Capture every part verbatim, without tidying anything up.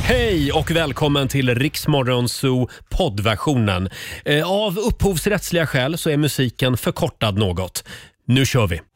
Hej och välkommen till Rix Morgon Zoo poddversionen. Eh, av upphovsrättsliga skäl så är musiken förkortad något. Nu kör vi!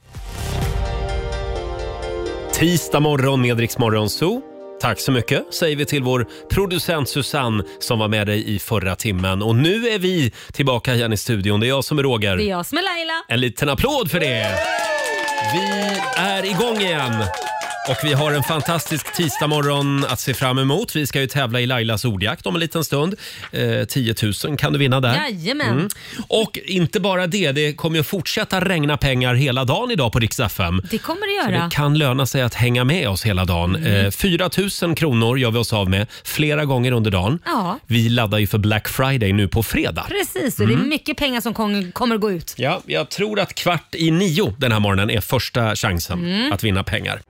Tisdag morgon med Rix Morgon Zoo. Tack så mycket säger vi till vår producent Susanne som var med dig i förra timmen. Och nu är vi tillbaka igen i studion. Det är jag som är Roger. Det är jag som är Laila. En liten applåd för det! Vi är igång igen. Och vi har en fantastisk tisdagmorgon att se fram emot. Vi ska ju tävla i Lailas ordjakt om en liten stund. Eh, tio tusen kan du vinna där. Jajamän. Mm. Och inte bara det, det kommer ju fortsätta regna pengar hela dagen idag på Rix F M. Det kommer det Så göra. det kan löna sig att hänga med oss hela dagen. Mm. Eh, fyra tusen kronor gör vi oss av med flera gånger under dagen. Ja. Vi laddar ju för Black Friday nu på fredag. Precis, och det är mycket pengar som kom, kommer att gå ut. Ja, jag tror att kvart i nio den här morgonen är första chansen Mm. att vinna pengar.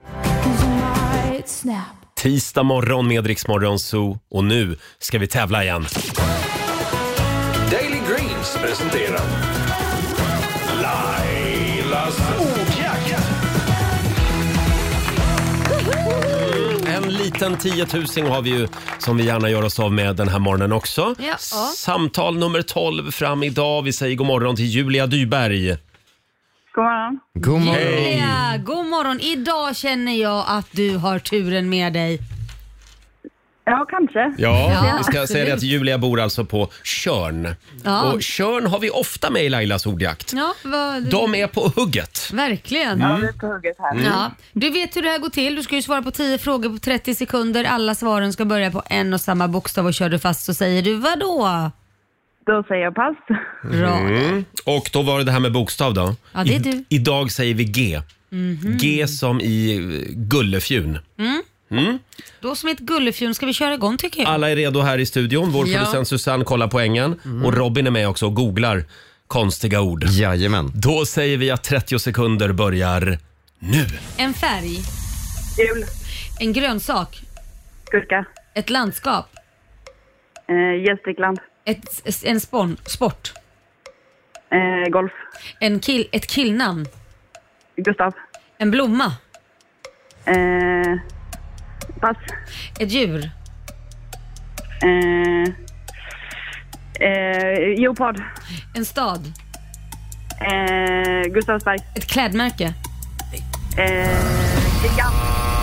Tisdag morgon med Rix Morgon Zoo och nu ska vi tävla igen. Daily Greens presenterar Lailas ordjakt. En liten tiotusing har vi ju som vi gärna gör oss av med den här morgonen också. Ja. Samtal nummer tolv fram idag. Vi säger god morgon till Julia Dyberg. God morgon. God morgon. Julia, god morgon. Idag känner jag att du har turen med dig. Ja, kanske. Ja, Ja, vi ska absolut. säga det att Julia bor alltså på Tjörn. Ja. Och Tjörn har vi ofta med i Lailas ordjakt. Ja, vad, De är på hugget. verkligen. Ja, vi är på hugget här. Ja. Du vet hur det här går till. Du ska ju svara på tio frågor på trettio sekunder. Alla svaren ska börja på en och samma bokstav och kör du fast så säger du vad då? Då säger jag pass. Bra. Mm. Och då var det det här med bokstav då. Ja, det är I, du. Idag säger vi G. G som i eh, gullefjun. Då som ett gullefjun ska vi köra igång tycker jag. Alla är redo här i studion. Vår Ja. producent Susanne kollar poängen. Och Robin är med också och googlar konstiga ord. Jajamän. Då säger vi att trettio sekunder börjar nu. En färg. Jul. En grönsak. Gurka. Ett landskap. Eh, Gästrikland. Ett, en spon, sport. Eh, golf. En kill, ett killnamn. Gustav. En blomma. Eh, pass. Ett djur. Eh, eh, Geopard. En stad. Eh, Gustavsberg. Ett klädmärke. Eh, Gigant.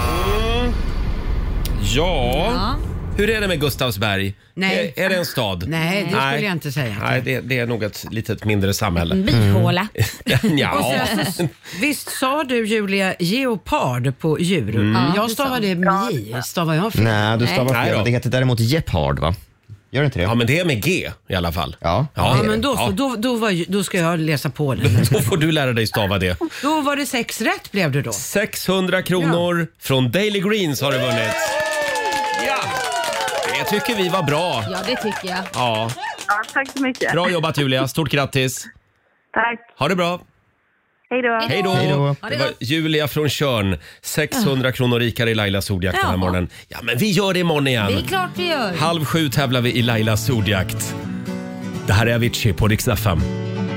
Ja, Ja. hur är det med Gustavsberg? Nej. Är, är det en stad? Nej, det skulle jag inte säga. Nej, det, det är nog ett litet mindre samhälle. En bihåla. Ja. Visst sa du, Julia, geopard på djur? Ja, Jag det stavade med J. Stavar jag fel? Nej, du stavar Nej fel. då. Det heter däremot gepard, va? Gör det inte det? ja, men det är med G i alla fall. Ja. Ja, Ja, men då, så, Ja. då, då, var, då ska jag läsa på den. Då får du lära dig stava det. Då var det sex rätt blev det då. sexhundra kronor från Daily Greens har du vunnit. Ja, det tycker vi var bra. Ja, det tycker jag. Ja, Ja, tack så mycket. bra jobbat Julia. Stort grattis. Tack. Ha det bra. Hej då. Hej då. Hej då. Ja, Det det var var... Julia från Tjörn. sexhundra kronor rikare i Lailas ordjakt den här Ja. morgonen. Ja, men vi gör det imorgon Det är igen. klart vi gör. Halv sju tävlar vi i Lailas ordjakt. Det här är Avicii på Rix F M.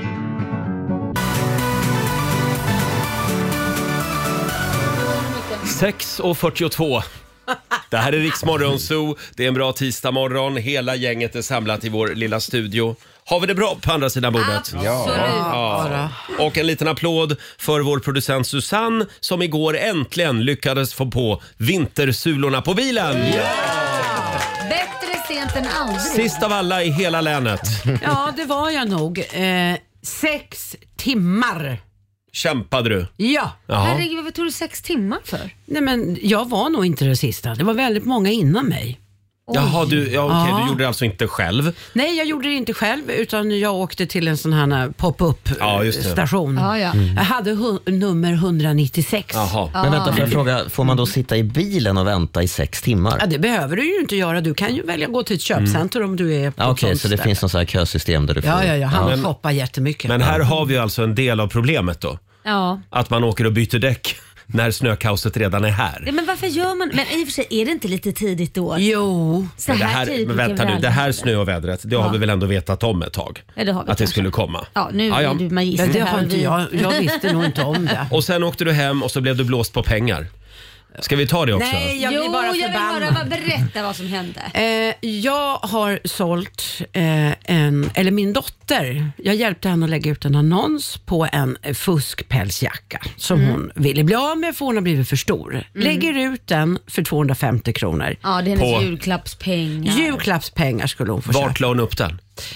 sex och fyrtiotvå. Det här är Rix Morgon Zoo. Det är en bra tisdag morgon. Hela gänget är samlat i vår lilla studio. Har vi det bra på andra sidan bordet? Absolut. Ja. Och en liten applåd för vår producent Susanne som igår äntligen lyckades få på vintersulorna på bilen. Bättre sent än aldrig. Sist av alla i hela länet. Ja, det var jag nog. Eh, sex timmar. Kämpade du? Ja. Jaha. Herregud, varför tog du sex timmar för? Nej, men jag var nog inte det sista. Det var väldigt många innan mig. Jaha, du, ja, okej, Ja. du gjorde det alltså inte själv. Nej, jag gjorde det inte själv utan jag åkte till en sån här pop-up Ja, just det. station. Ja, ja. Jag hade hu- nummer etthundranittiosex. Jaha. Men vänta, får jag fråga, får man då sitta i bilen och vänta i sex timmar? Ja, det behöver du ju inte göra. Du kan ju välja att gå till ett köpcenter om du är på Ja, ett Okej, sånt så det ställe. finns någon sån här kösystem där du får... Ja, ja, ja. Han Men- shoppar jättemycket. Men här har vi alltså en del av problemet då. Ja. Att man åker och byter däck när snökaoset redan är här. Men varför gör man... Men i och för sig, är det inte lite tidigt då? Jo. Så Men det här här, tidigt men brukar vänta vi nu, aldrig det här ha. snöovädret, det har vi väl ändå vetat om ett tag? Ja, det har vi att det kanske. skulle komma. Ja, nu Ja, ja. är du magist. Men det här har och inte vi- jag. Jag visste nog inte om det. Och sen åkte du hem och så blev du blåst på pengar. Ska vi ta det också? Nej, jag jo, blir bara jag vill förbannad. höra, vad- berätta vad som hände. Eh, jag har sålt eh, en, eller min dotter, jag hjälpte henne att lägga ut en annons på en fuskpälsjacka som Mm. hon ville bli av med för hon har blivit för stor. Lägger ut den för tvåhundrafemtio kronor. Ja, det är På- hennes julklappspengar. Julklappspengar skulle hon få Vart köpa. la hon upp den?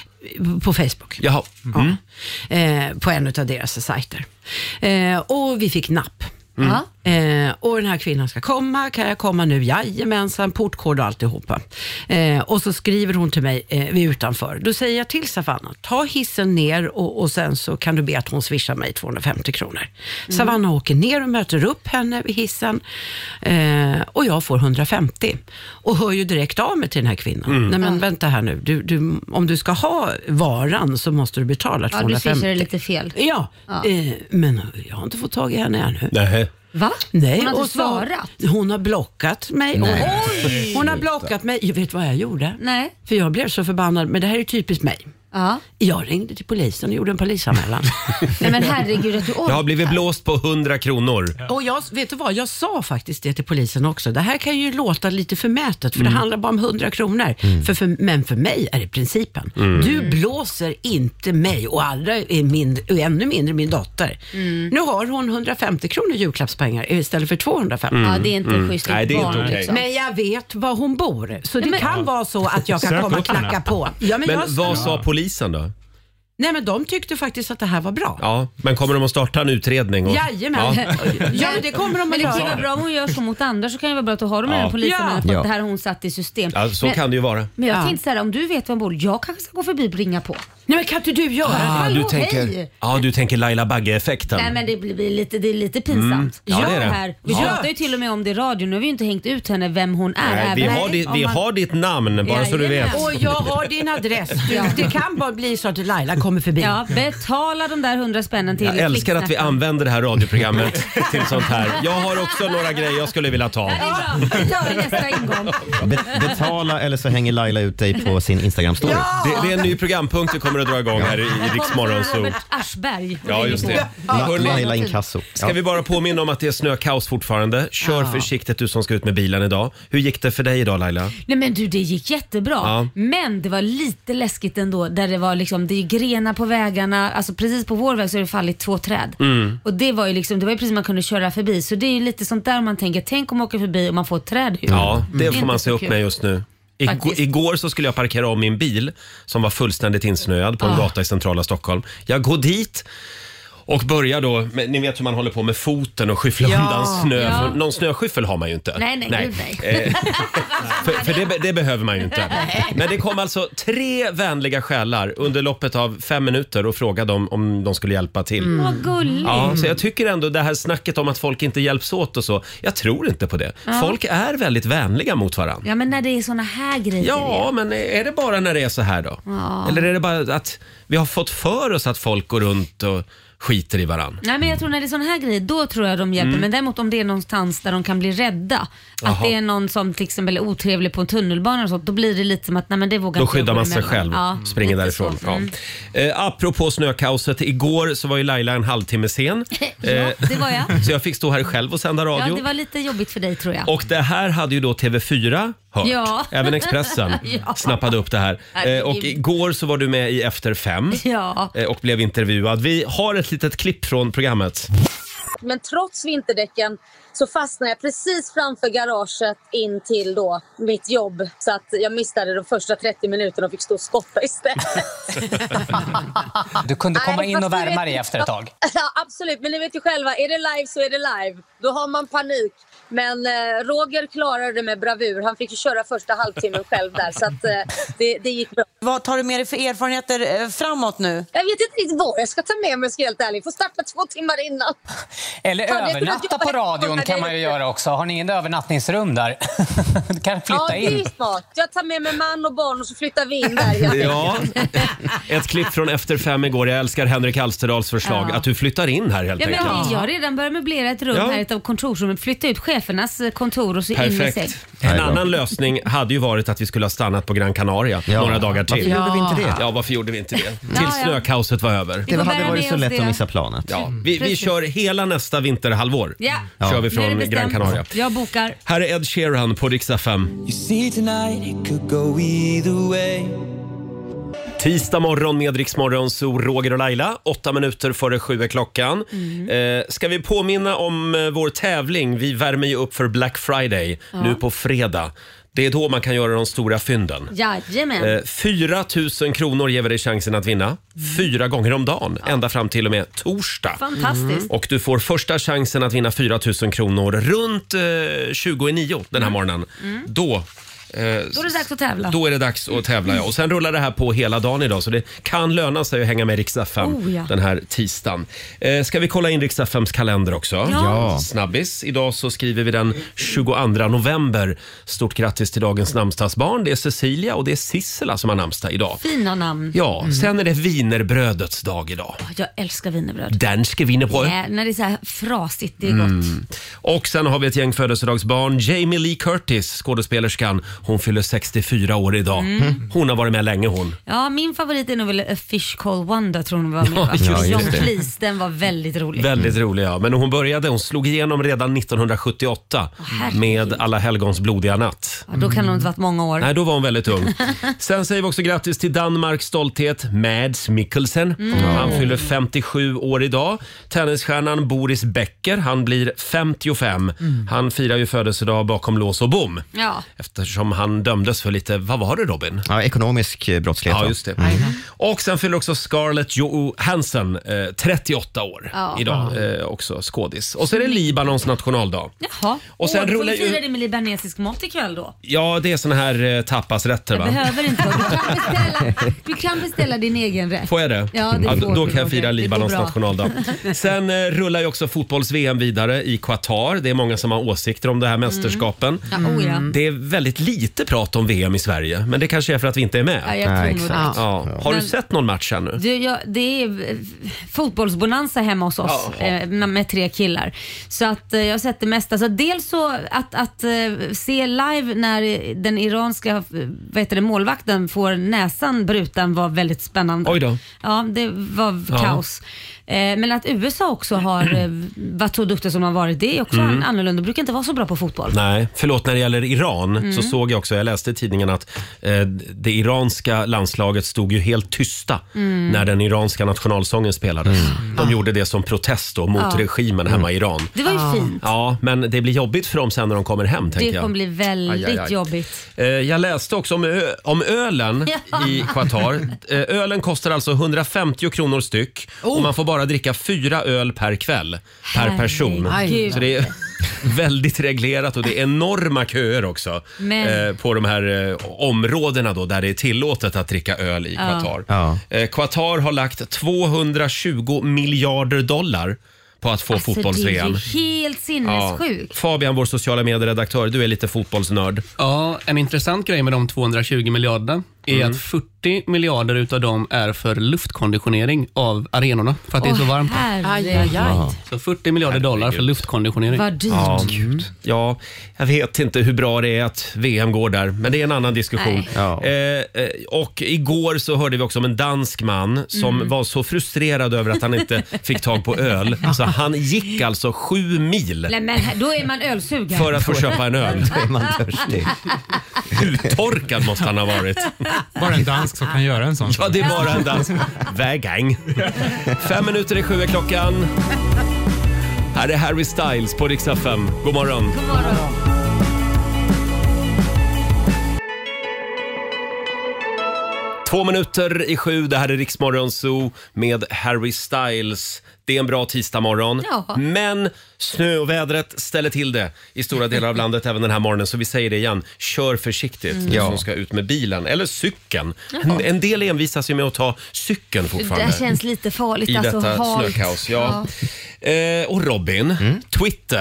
På Facebook. Jaha. Mm. Ja. Eh, på en av deras sajter. Eh, och vi fick napp. Ja. Eh, och den här kvinnan ska komma, kan jag komma nu? Jajamensan, portkod och alltihopa. Eh, och så skriver hon till mig eh, vid utanför. Då säger jag till Savannah, ta hissen ner och, och sen så kan du be att hon swishar mig tvåhundrafemtio kronor. Mm. Savannah åker ner och möter upp henne vid hissen eh, och jag får hundrafemtio. Och hör ju direkt av mig till den här kvinnan. Mm. Nej men Ja. vänta här nu, du, du, om du ska ha varan så måste du betala Ja, du tvåhundrafemtio. swishar det lite fel. Ja, Ja. Eh, men jag har inte fått tag i henne ännu. Nej. Va? Nej, Hon har inte och så- svarat? Hon har blockat mig. Oj! Hon har blockat mig. Jag vet vad jag gjorde? Nej. För jag blev så förbannad, men det här är typiskt mig. Ja. Jag ringde till polisen och gjorde en polisanmälan. Nej men herregud att du orkar. Jag har blivit blåst på hundra kronor. Och jag, vet du vad, jag sa faktiskt det till polisen också. Det här kan ju låta lite förmätet för Mm. det handlar bara om hundra kronor. För, för, men för mig är det principen. Mm. Du blåser inte mig och allra är mindre, och ännu mindre min dotter. Nu har hon hundrafemtio kronor julklappspengar istället för tvåhundrafemtio. Ja, det är inte schysst. Nej, det är barn, inte okej. liksom. Men jag vet var hon bor. Så det men- kan vara så att jag kan Sök komma och upp henne. knacka på. Ja, men Men jag, vad sa polisen då? Nej men de tyckte faktiskt att det här var bra. Ja, men kommer de att starta en utredning? Och... Jajamän. Ja. Ja, men det kommer de Men att det kan ju göra. vara bra om hon gör så mot andra, så kan det vara bra att ha dem med Ja. den polisen Ja. på Ja. att det här har hon satt i system. Ja, så men, kan det ju vara. men jag Ja. tänkte så här, om du vet var hon bor, jag kanske ska gå förbi och ringa på. Nej men kan inte du göra Ah, det? du Hallå, tänker, hej. ja, du tänker Laila Bagge-effekten. Nej men det blir blir lite, det är lite pinsamt. Ja, det är det. Här. Vi Ja. pratar ju till och med om det i radio. Nu har vi ju inte hängt ut henne vem hon är. Nej, vi även har, ditt, om vi man- har ditt namn, bara så du Jajamän. vet. Och jag har din adress. Du, Ja. Det kan bara bli så att Laila kommer förbi. Ja, betala de där hundra spännen till Jag älskar att vi Flicksnacken. använder det här radioprogrammet till sånt här. Jag har också några grejer jag skulle vilja ta. Ja, det är bra. Vi tar det nästa ingång. Be- betala eller så hänger Laila ut dig på sin Instagram-story. Det, det är en ny programpunkt vi kommer att dra igång här i, i Rix Morgon Zoo. Robert Aschberg. Ja, just det. La- Hörrni, Laila Inkasso. ska vi bara påminna om att det är snökaos fortfarande. Kör Ja. försiktigt du som ska ut med bilen idag. Hur gick det för dig idag Laila? Nej men du, det gick jättebra. Ja. Men det var lite läskigt ändå. Där det var liksom, det är grenar på vägarna. Alltså precis på vår väg så har det fallit två träd. Mm. Och det var ju liksom, det var ju precis man kunde köra förbi. Så det är ju lite sånt där man tänker, tänk om man åker förbi och man får ett träd. Ja, det är får inte man så se upp kul. med just nu. Igår, Faktiskt. igår så skulle jag parkera om min bil som var fullständigt insnöad på en gata i centrala Stockholm. Jag går dit och börjar då, med, ni vet hur man håller på med foten och skyfflar Ja. undan snö. Ja. För någon snöskyffel har man ju inte. Nej, nej, gud, nej. Eh, för för det, be- det behöver man ju inte. Men det kom alltså tre vänliga själar under loppet av fem minuter och frågade om, om de skulle hjälpa till. Vad gulligt. Ja, så jag tycker ändå det här snacket om att folk inte hjälps åt och så, jag tror inte på det. Folk är väldigt vänliga mot varandra. Ja men när det är såna här grejer. Ja, men är det bara när det är så här då? Ja. Eller är det bara att vi har fått för oss att folk går runt och skiter i varann? Nej men jag tror när det är såna här grejer, då tror jag de hjälper. Mm. Men däremot om det är någonstans där de kan bli rädda. Jaha. Att det är någon som till exempel är otrevlig på en tunnelbana och sånt, då blir det lite som att nej men det vågar Då inte jag skyddar gå man sig emellan. själv, Ja, springer lite därifrån. så. Mm. Ja. Eh, apropå snökaoset, igår så var ju Laila en halvtimme sen. Ja, det var jag. Så jag fick stå här själv och sända radio. Ja, det var lite jobbigt för dig tror jag. Och det här hade ju då T V fyra hört. Ja. Även Expressen Ja. snappade upp det här. Eh, Herregud. och igår så var du med i Efter fem Ja. eh, och blev intervjuad. Vi har ett litet klipp från programmet. Men trots vinterdäcken så fastnade jag precis framför garaget in till då mitt jobb. Så att jag missade de första trettio minuterna och fick stå och skotta istället. Du kunde komma Nej, in och fast ni värma vet- dig efter ett tag. Ja, absolut, men ni vet ju själva, är det live så är det live. Då har man panik. Men eh, Roger klarade det med bravur. Han fick ju köra första halvtimmen själv där, så att, eh, det, det gick bra. Vad tar du med dig för erfarenheter eh, framåt nu? Jag vet inte riktigt vad jag ska ta med mig, ska jag helt ärligt. Får starta två timmar innan. Eller Fan, jag kunde övernatta jobba på hemma radion när kan jag man ju gjorde. göra också. Har ni ingen övernattningsrum där? Du kan Ja, flytta det är in. ju smart. Jag tar med mig man och barn och så flyttar vi in där helt enkelt. Ja, ett klipp från Efter fem igår. Jag älskar Henrik Alsterdals förslag Ja. att du flyttar in här helt Ja, men enkelt. jag har redan börjat möblera ett rum Ja. här, ett av kontorsrummet, flytta ut chefernas eh, kontor och så in i sig. Perfekt. En annan lösning hade ju varit att vi skulle ha stannat på Gran Canaria Ja. några dagar till. Varför gjorde vi inte det? Ja, varför gjorde vi inte det? Tills ja. snökaoset var över. Det hade varit så lätt att missa planet. Ja, vi, vi Precis. kör hela nästa vinterhalvår. Ja. Kör vi Nu är det från bestämt. Gran Canaria. Jag bokar. Här är Ed Sheeran på Rix F M. You see tonight it could go either way. Tisdag morgon med Rix Morgon, så Roger och Laila. Åtta minuter före sju är klockan. Mm. Eh, ska vi påminna om eh, vår tävling? Vi värmer ju upp för Black Friday Ja. nu på fredag. Det är då man kan göra de stora fynden. Jajamän. Eh, fyra tusen kronor ger vi dig chansen att vinna. Fyra gånger om dagen, ända fram till och med torsdag. Fantastiskt. Och du får första chansen att vinna fyra tusen kronor runt eh, tjugo i nio den här morgonen. Då... Då är det dags att tävla. Då är det dags att tävla, ja. Och sen rullar det här på hela dagen idag, så det kan löna sig att hänga med Rix F M Oh, ja. den här tisdagen. Eh, ska vi kolla in Rix F M:s kalender också? Ja. Snabbis. Idag så skriver vi den tjugoandra november. Stort grattis till dagens namnsdagsbarn. Det är Cecilia och det är Sissela som har namnsdag idag. Fina namn. Ja, sen är det wienerbrödets dag idag. Jag älskar wienerbröd. Danske wienerbröd. Ja, när det är så här frasigt, det är gott. Mm. Och sen har vi ett gäng födelsedagsbarn. Jamie Lee Curtis, skådespelerskan. Hon fyller sextiofyra år idag. Mm. Hon har varit med länge hon. Ja, min favorit är nog väl A Fish Called Wanda, tror hon var med. Ja, va? just det. John Cleese, den var väldigt rolig. Väldigt rolig, ja. Men hon började, hon slog igenom redan nittonhundrasjuttioåtta herregud. med Alla helgons blodiga natt. Ja, då kan hon inte varit många år. Nej, då var hon väldigt ung. Sen säger vi också grattis till Danmarks stolthet, Mads Mikkelsen. Mm. Han fyller femtiosju år idag. Tennisstjärnan Boris Becker, han blir femtiofem. Mm. Han firar ju födelsedag bakom lås och bom. Ja. Eftersom han dömdes för lite, vad var det Robin? Ja, ekonomisk eh, brottslighet. Ja, va? just det. Mm. Och sen fyller också Scarlett Johansson eh, trettioåtta år Ja. idag, eh, också skådis. Och så är det Libanons nationaldag. Jaha. Och sen Åh, då får rullar vi ju- fira det med libanesisk mat ikväll då. Ja, det är såna här eh, tapasrätter, Jag va? behöver inte. Du kan, beställa, du kan beställa din egen rätt. Får jag det? Ja, det får då, då du, kan jag Roger. fira Det Libanons går bra. nationaldag. Sen eh, rullar ju också fotbolls-V M vidare i Qatar. Det är många som har åsikter om det här mästerskapen. Ja, oh ja. Det är väldigt lite prat om V M i Sverige, men det kanske är för att vi inte är med. Ja, jag tror Nej, nog exakt. det. Ja. Har du Men- sett någon match här nu? Du, ja, det är eh, fotbollsbonanza hemma hos oss eh, med, med tre killar. Så att eh, jag har sett det mesta. Så dels så att, att eh, se live när den iranska eh, vad heter det, målvakten får näsan bruten var väldigt spännande. Oj då. Ja, det var Ja. kaos. Eh, men att U S A också har eh, varit så duktiga som de har varit, det är också Mm. annorlunda. De brukar inte vara så bra på fotboll. Nej, förlåt, när det gäller Iran Mm. så såg jag också, jag läste i tidningen att eh, det iranska landslaget stod ju helt tysta Mm. när den iranska nationalsången spelades. De gjorde det som protest då mot Ja. regimen hemma i Iran. Det var ju fint. Ja, men det blir jobbigt för dem sen när de kommer hem, tänker Det jag. kommer bli väldigt Aj, aj, aj. jobbigt. Eh, Jag läste också om, ö- om ölen Ja. i Qatar. Eh, Ölen kostar alltså hundrafemtio kronor styck och man får bara dricka fyra öl per kväll per person. Herregud. Så det är väldigt reglerat och det är enorma köer också Men- eh, på de här eh, områdena då där det är tillåtet att dricka öl i Ja. Qatar. Ja. Eh, Qatar har lagt tvåhundratjugo miljarder dollar på att få Alltså, det fotbolls-V är M. ju helt Ja. sinnessjukt. Fabian, vår sociala medieredaktör, du är lite fotbollsnörd. Ja, en intressant grej med de tvåhundratjugo miljarderna är Mm. att fyrtio miljarder utav dem är för luftkonditionering av arenorna för att det är så Åh, varmt. Aj, aj, aj. Så fyrtio miljarder dollar för luftkonditionering. Vad dyrt. Ja, ja, jag vet inte hur bra det är att V M går där, men det är en annan diskussion. Nej. Ja. Eh, eh, och igår så hörde vi också om en dansk man som Mm. var så frustrerad över att han inte fick tag på öl. Så han gick alltså sju mil Nej, men här- då är man ölsugen. för att få köpa en öl. Då är man törstig. Uttorkad måste han ha varit. Bara en dansk som kan göra en sån. Ja, det är bara en dansk. Vägang. Fem minuter i sju är klockan. Här är Harry Styles på Rix F M. God morgon. God morgon. Två minuter i sju, det här är Riksmorgon Zoo med Harry Styles. Det är en bra tisdagmorgon, Ja. men snövädret ställer till det i stora delar av landet även den här morgonen. Så vi säger det igen, kör försiktigt Mm. ni Ja. som ska ut med bilen eller cykeln. En, en del envisas ju med att ta cykeln Det fortfarande. där känns lite farligt. I alltså, detta halt. snökaos, ja. Eh, och Robin, Twitter,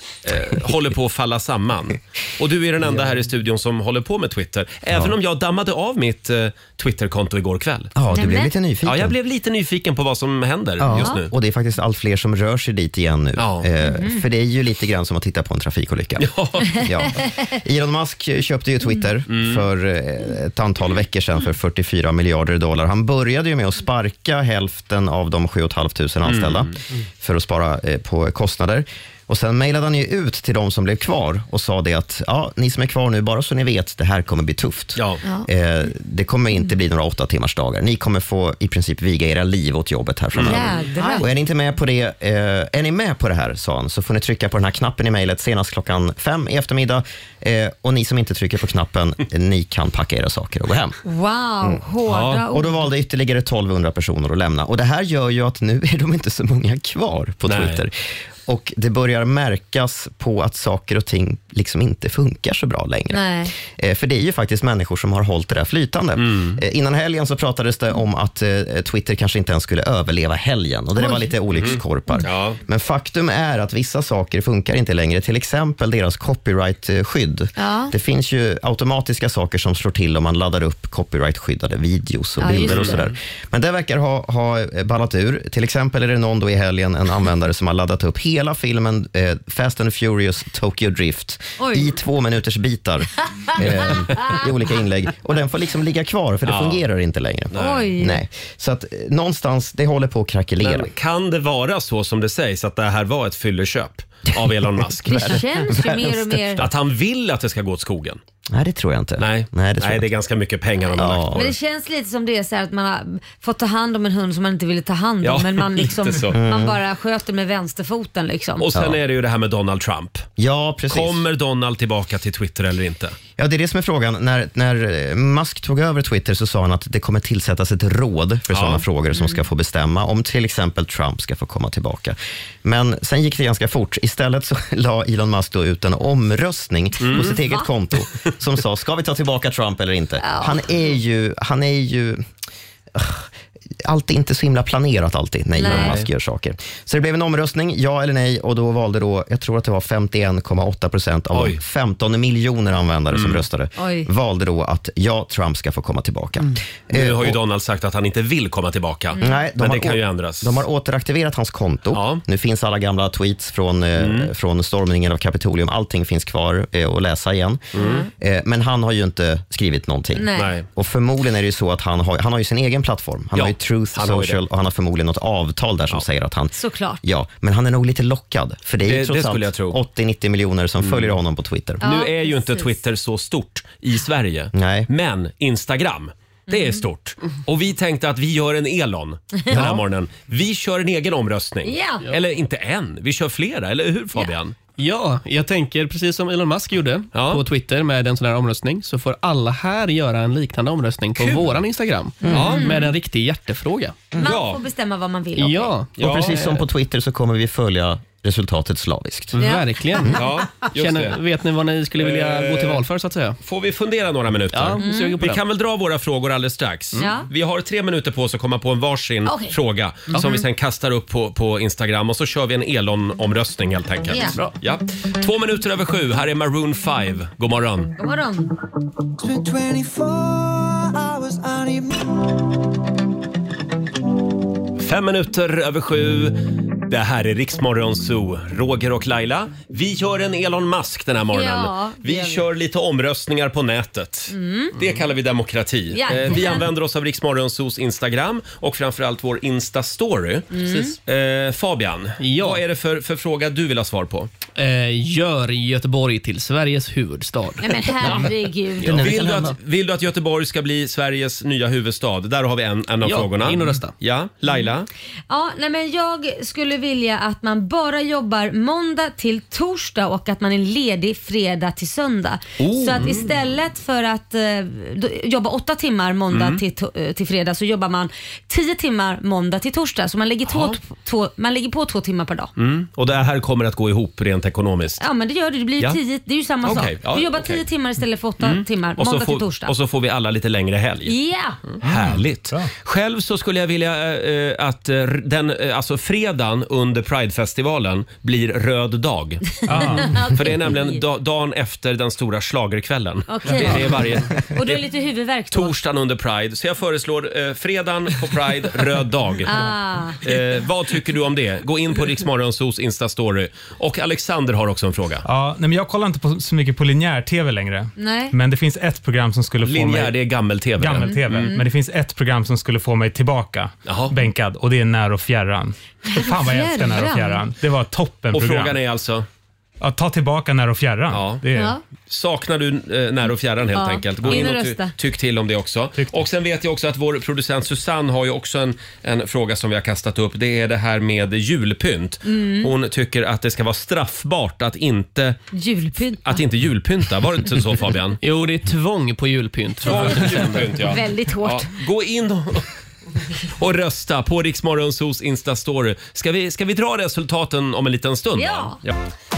eh, håller på att falla samman. Och du är den enda här i studion som håller på med Twitter. Även Ja. om jag dammade av mitt eh, Twitterkonto igår kväll. Ja, du blev lite nyfiken. Ja, jag blev lite nyfiken på vad som händer Ja, just nu. och det är faktiskt allt fler som rör sig dit igen nu. Ja. Eh, Mhm. För det är ju lite grann som att titta på en trafikolycka. Ja. Ja. Elon Musk köpte ju Twitter Mm. för eh, ett antal veckor sedan för fyrtiofyra miljarder dollar. Han började ju med att sparka hälften av de sju och ett tusen anställda Mm. för att spara eh, på kostnader. Och sen mejlade han ju ut till de som blev kvar och sa det att ja, ni som är kvar nu, bara så ni vet, det här kommer bli tufft. Ja. Eh, det kommer inte bli några åtta timmars dagar. Ni kommer få i princip viga era liv åt jobbet här framöver. Jädrar. Och är ni inte med på det, eh, är ni med på det här, sa han, så får ni trycka på den här knappen i mejlet senast klockan fem i eftermiddag. Eh, och ni som inte trycker på knappen, ni kan packa era saker och gå hem. Wow, hårda Ja, och då ord. valde ytterligare tolvhundra personer att lämna. Och det här gör ju att nu är de inte så många kvar på Nej. Twitter. Och det börjar märkas på att saker och ting liksom inte funkar så bra längre. Nej. Eh, för det är ju faktiskt människor som har hållit det där flytande. Mm. Eh, innan helgen så pratades det om att eh, Twitter kanske inte ens skulle överleva helgen. Och det där var lite olyckskorpar. Mm. Ja. Men faktum är att vissa saker funkar inte längre. Till exempel deras copyright-skydd. Ja. Det finns ju automatiska saker som slår till om man laddar upp copyright-skyddade videos och Ja, bilder och just det. sådär. Men det verkar ha, ha ballat ur. Till exempel är det någon då i helgen, en användare som har laddat upp hela filmen eh, Fast and Furious Tokyo Drift Oj. i två minuters bitar eh, i olika inlägg. Och den får liksom ligga kvar för det Ja. fungerar inte längre. Oj. Nej. Så att eh, någonstans, det håller på att krackelera. Men kan det vara så som det sägs att det här var ett fylleköp av Elon Musk? Det känns ju mer och mer... Att han vill att det ska gå åt skogen? Nej, det tror jag inte. Nej, Nej, det, tror Nej, jag det är inte. ganska mycket pengar de har Ja. lagt på Men det. det känns lite som det är så här att man har fått ta hand om en hund som man inte ville ta hand om. Ja, men man, liksom, lite så. man bara sköter med vänsterfoten. Liksom. Och sen Ja. är det ju det här med Donald Trump. Ja, precis. Kommer Donald tillbaka till Twitter eller inte? Ja, det är det som är frågan. När, när eh, Musk tog över Twitter så sa han att det kommer tillsättas ett råd för Ja. sådana frågor som ska få bestämma om till exempel Trump ska få komma tillbaka. Men sen gick det ganska fort. Istället så la Elon Musk då ut en omröstning på sitt eget konto som sa, ska vi ta tillbaka Trump eller inte? Han är ju, han är ju... Allt är inte så himla planerat alltid när Elon Nej. Musk gör saker. Så det blev en omröstning, ja eller nej, och då valde då, jag tror att det var femtioen komma åtta procent av Oj. de femton miljoner användare som röstade, Oj. valde då att ja, Trump ska få komma tillbaka. Nu Eh, har ju och- Donald sagt att han inte vill komma tillbaka. Nej, de Men har det kan å- ju ändras. De har återaktiverat hans konto. Ja. Nu finns alla gamla tweets från, eh, från stormningen av Kapitolium. Allting finns kvar eh, att läsa igen. Eh, men han har ju inte skrivit någonting. Nej. Nej. Och förmodligen är det ju så att han har, han har ju sin egen plattform. Han Ja, har ju Truth han har ju Social det. och han har förmodligen något avtal där som säger att han... Såklart. Ja, men han är nog lite lockad. För det är Det- ju trots det skulle jag allt tro. åttio nittio miljoner som följer honom på Twitter. Ja, Nu är ju inte precis. Twitter så stort i Sverige. Nej. Men Instagram, det är stort. Och vi tänkte att vi gör en Elon den här morgonen. Vi kör en egen omröstning. Ja. Eller inte en, vi kör flera. Eller hur Fabian? Ja, jag tänker precis som Elon Musk gjorde Ja. på Twitter med en sån här omröstning, så får alla här göra en liknande omröstning på Kul. våran Instagram. Ja, med en riktig hjärtefråga. Man Ja. får bestämma vad man vill. Ja, Ja. Och precis som på Twitter så kommer vi följa resultatet slaviskt. verkligen. Ja, just Känner, det. vet ni vad ni skulle vilja Eh, gå till val för så att säga? Får vi fundera några minuter? Ja, mm. sugen på Vi det. kan väl dra våra frågor alldeles strax. Ja. Vi har tre minuter på oss att komma på en varsin Okej. fråga som vi sen kastar upp på, på Instagram och så kör vi en Elon-omröstning helt enkelt. Ja. Bra. Ja. Två minuter över sju, här är Maroon fem. God morgon. God morgon. Spent twenty-four hours on it. Fem minuter över sju. Det här är Riksmorgon Zoo. Roger och Laila. Vi gör en Elon Musk den här morgonen. Ja, det vi gör vi. kör lite omröstningar på nätet. Det kallar vi demokrati. Ja. Eh, vi använder oss av Riksmorgon Zoos Instagram och framförallt vår Insta-story. Precis. Eh, Fabian, Ja. vad är det för, för fråga du vill ha svar på? Eh, gör Göteborg till Sveriges huvudstad. Nej men herregud. nu det Vill kan du, hända. att, vill du att Göteborg ska bli Sveriges nya huvudstad? Där har vi en, en av Ja, frågorna. in och rösta. Ja, Laila? Ja, nej men jag skulle vilja att man bara jobbar måndag till torsdag och att man är ledig fredag till söndag. Oh. Så att istället för att eh, då- jobba åtta timmar måndag Mm. till, to- eh, till fredag så jobbar man tio timmar måndag till torsdag. Så man lägger, två, två, man lägger på två timmar per dag. Mm. Och det här kommer att gå ihop rent ekonomiskt. Ja men det gör det, det blir ju Ja. tio, det är ju samma Okej, sak. ja, Du jobbar okej. tio timmar istället för åtta timmar Och så, måndag till får, torsdag. och så får vi alla lite längre helg. Ja! Härligt. Själv så skulle jag vilja eh, att eh, den, eh, alltså fredagen torsdagen under Pride-festivalen blir röd dag. Ah. För det är nämligen da- dagen efter den stora schlagerkvällen. Okej. Det, det är varje Och du är lite huvudvärk då? torsdagen under Pride. Så jag föreslår eh, fredagen på Pride, röd dag. Ah. Eh, vad tycker du om det? Gå in på Riksmorgonsos Insta-story. Och Alexander har också en fråga. Ja, nej, men jag kollar inte på, så mycket på linjär-tv längre. Nej. Men det finns ett program som skulle få Linjär, mig... det är gammel-tv. Gammel-tv. Mm. Men det finns ett program som skulle få mig tillbaka bänkad. Och det är När och fjärran. Fan vad jag älskar När och fjärran. Det var toppen Och program. frågan är alltså? Ja, ta tillbaka När och fjärran. Ja. Det är... Ja. Saknar du eh, När och fjärran helt Ja. enkelt? Gå In in och och ty- rösta. tyck till om det också. Och sen vet jag också att vår producent Susanne har ju också en, en fråga som vi har kastat upp. Det är det här med julpynt. Mm. Hon tycker att det ska vara straffbart att inte, Julpynt. att inte julpynta. Var det inte så, Fabian? Jo, det är tvång på julpynt. Tvång på julpynt, ja. Väldigt hårt. Ja, gå in och, och rösta på Riksmorgonsos Insta-story. Ska vi, ska vi dra resultaten om en liten stund? Ja. Va? Ja.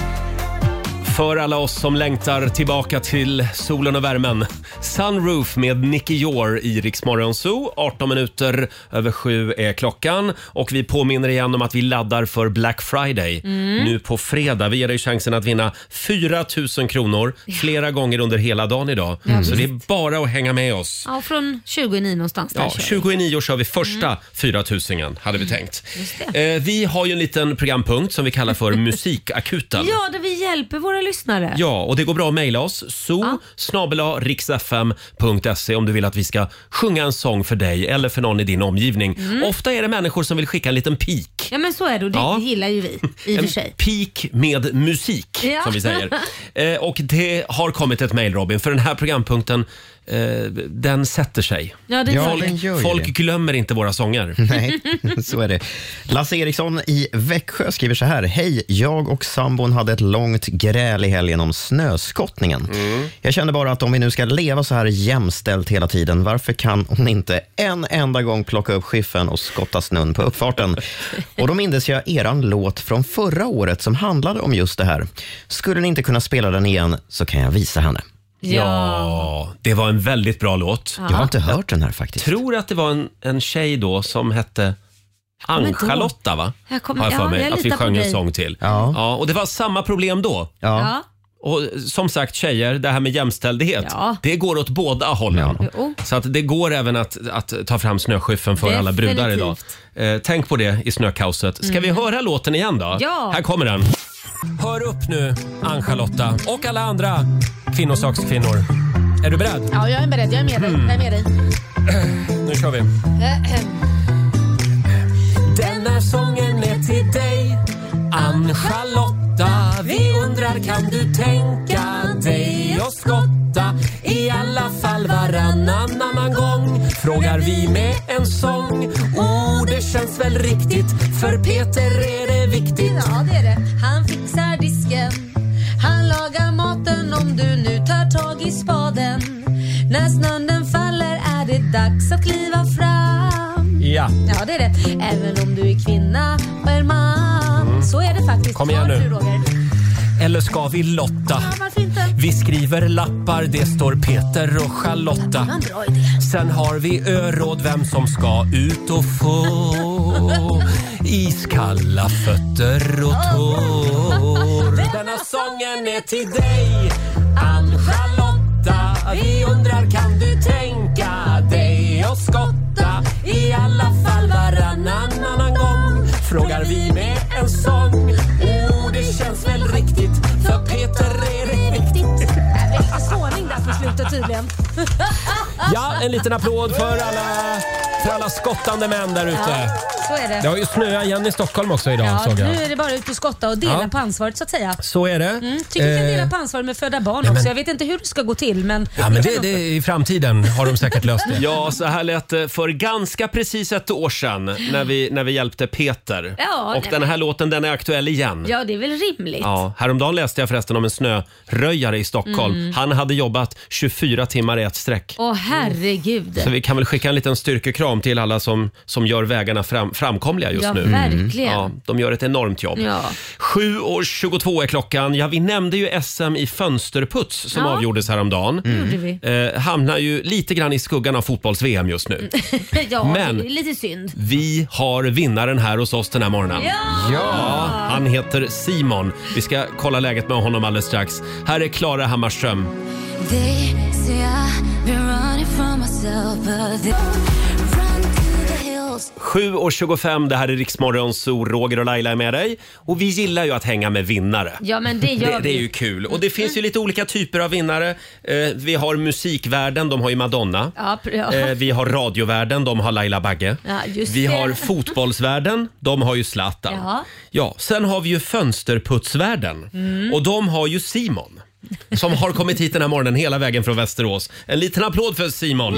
För alla oss som längtar tillbaka till solen och värmen. Sunroof med Nicky Jor i Rix Morgon Zoo. arton minuter över sju är klockan. Och vi påminner igen om att vi laddar för Black Friday. Mm. Nu på fredag. Vi ger dig chansen att vinna fyra tusen kronor flera gånger under hela dagen idag. Ja, Så visst. det är bara att hänga med oss. Ja, från tjugo nio någonstans där Ja, kör vi. tjugo i nio kör vi första fyra tusingen, hade vi tänkt. Just det. Eh, vi har ju en liten programpunkt som vi kallar för Musikakuten. Ja, där vi hjälper våra lyssnare. Ja, och det går bra att mejla oss. so snabel-a riksfm punkt se om du vill att vi ska sjunga en sång för dig eller för någon i din omgivning. Mm. Ofta är det människor som vill skicka en liten pik. Ja, men så är det och det Ja. gillar ju vi i och för sig. Pik med musik, Ja. som vi säger. Eh, och det har kommit ett mejl, Robin, för den här programpunkten eh, den sätter sig. Ja, det Ja, gör den det. gör ju Folk det. glömmer inte våra sånger. Nej, så är det. Lasse Eriksson i Växjö skriver så här. Hej, jag och sambon hade ett långt gräl i helgen om snöskottningen. Mm. Jag kände bara att om vi nu ska leva så här jämställt hela tiden, varför kan hon inte en enda gång plocka upp skiffen och skotta snön på uppfarten? Och då mindes jag eran låt från förra året som handlade om just det här. Skulle ni inte kunna spela den igen så kan jag visa henne. Ja, det var en väldigt bra låt. Jag har inte hört den här faktiskt. Tror att det var en, en tjej då som hette kommer inte Ann-Charlotta, va? Jag kommer- Har jag för ja, mig jag att vi litar på sjöng en dig. sång till. Ja. Ja, och det var samma problem då. Ja. Ja. Och som sagt, tjejer, det här med jämställdhet, Ja. det går åt båda hållen. Jo. Så att det går även att, att ta fram snöskyffen för alla brudar idag. Eh, tänk på det i snökaoset. Ska vi höra låten igen då? Ja. Här kommer den. Hör upp nu, Ann-Charlotta och alla andra kvinnosakskvinnor. Är du beredd? Ja, jag är beredd. Jag är med dig. Jag är med dig. Nu kör vi. Den här sången är till dig, Ann-Charlotta. Vi undrar, kan du tänka dig och skotta? I alla fall varannan annan gång frågar vi med en sång. Oh, det känns väl riktigt, för Peter är det viktigt. Ja, det är det. Han fixar disken. Han lagar maten om du nu tar tag i spaden. När snön den faller är det dags att kliva fram. Ja. Ja, det är det. Även om du är kvinna och är man. Så är det faktiskt. Kom igen Var nu. du, Roger? Eller ska vi lotta? Ja, varför inte? Vi skriver lappar, det står Peter och Charlotta. Det var en bra idé. Sen har vi öråd vem som ska ut och få iskalla fötter och tår. Denna sången är till dig, Ann-Charlotta. Vi undrar, kan du tänka dig och skotta? I alla fall varannan annan gång frågar vi med en sång. Oh, det känns väl riktigt, för Peter är det viktigt. Jag väckte såning där på slutet tydligen. Ja, en liten applåd för alla, för alla skottande män där ute. Ja, så är det. Det har ju snöat igen i Stockholm också idag, Ja, såg jag. nu är det bara ut och skotta och dela Ja. på ansvaret så att säga. Så är det. Mm, tycker vi kan dela Eh, på ansvaret med födda barn ja, men- också. Jag vet inte hur det ska gå till, men... Ja, men det, det, i framtiden har de säkert löst det. Ja, så här lät det för ganska precis ett år sedan när vi, när vi hjälpte Peter. Ja, och nej, den här men- låten, den är aktuell igen. Ja, det är väl rimligt. Ja, häromdagen läste jag förresten om en snöröjare i Stockholm. Mm. Han hade jobbat tjugofyra timmar i ett sträck. Åh, herregud. Så vi kan väl skicka en liten styrkekram kram till alla som, som gör vägarna fram, framkomliga just ja, nu. Verkligen. Ja, de gör ett enormt jobb. Ja. sju och tjugotvå är klockan. Ja, vi nämnde ju S M i fönsterputs som Ja. avgjordes häromdagen. Mm. Eh, hamnar ju lite grann i skuggan av fotbolls-V M just nu. ja, Men- det är lite synd. Vi har vinnaren här hos oss den här morgonen. Ja! Ja, han heter Simon. Vi ska kolla läget med honom alldeles strax. Här är Klara Hammarström. They say I've been running from myself, but they run to the hills. sju och tjugofem, det här är Riksmorgon, så Roger och Laila är med dig. Och vi gillar ju att hänga med vinnare. Ja, men det gör det, det är vi. ju kul. Och det finns ju lite olika typer av vinnare. Eh, vi har musikvärlden, de har ju Madonna. Ja, pr- ja. Eh, vi har radiovärlden, de har Laila Bagge. Ja, just vi det. har fotbollsvärlden, de har ju Zlatan. Ja. Ja, sen har vi ju fönsterputsvärlden. Mm. Och de har ju Simon. Som har kommit hit den här morgonen hela vägen från Västerås. En liten applåd för Simon.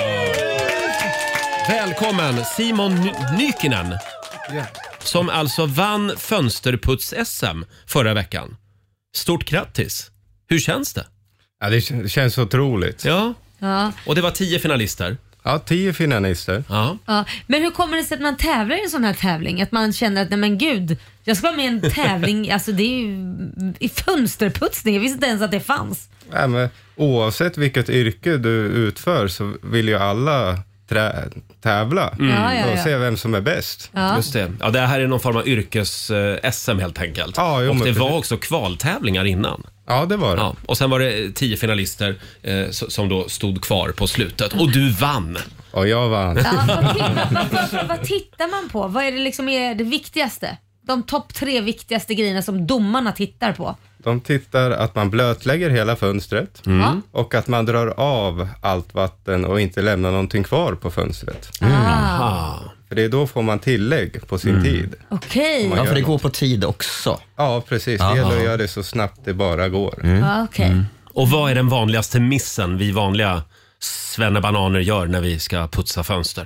Välkommen Simon Ny- Nykinen. Som alltså vann fönsterputs-S M förra veckan. Stort grattis. Hur känns det? Ja, det k- känns otroligt. Ja, Ja. och det var tio finalister. Ja, tio finalister. Ja. Ja. Men hur kommer det sig att man tävlar i en sån här tävling? Att man känner att nej men gud, jag ska vara med i en tävling, alltså det är ju i fönsterputsning, jag visste inte ens att det fanns. Ja, men oavsett vilket yrke du utför så vill ju alla trä- tävla Mm. Ja, ja, och ja. se vem som är bäst. Ja. Just det. Ja, det här är någon form av yrkes-S M helt enkelt. Ja, jo, och men det var precis. också kvaltävlingar innan. Ja, det var det. Ja, och sen var det tio finalister eh, s- som då stod kvar på slutet. Och du vann! Och jag vann. Ja, vad, tittar, vad, vad, vad tittar man på? Vad är det liksom är det viktigaste? De topp tre viktigaste grejerna som domarna tittar på. De tittar att man blötlägger hela fönstret Mm. och att man drar av allt vatten och inte lämnar någonting kvar på fönstret. Ah. För det är då får man tillägg på sin tid. Okej. Man Ja, gör för det något. går på tid också. Ja, precis. Det Aha. gäller att göra det så snabbt det bara går. Ja, okej. Och vad är den vanligaste missen vi vanliga svennebananer gör när vi ska putsa fönster?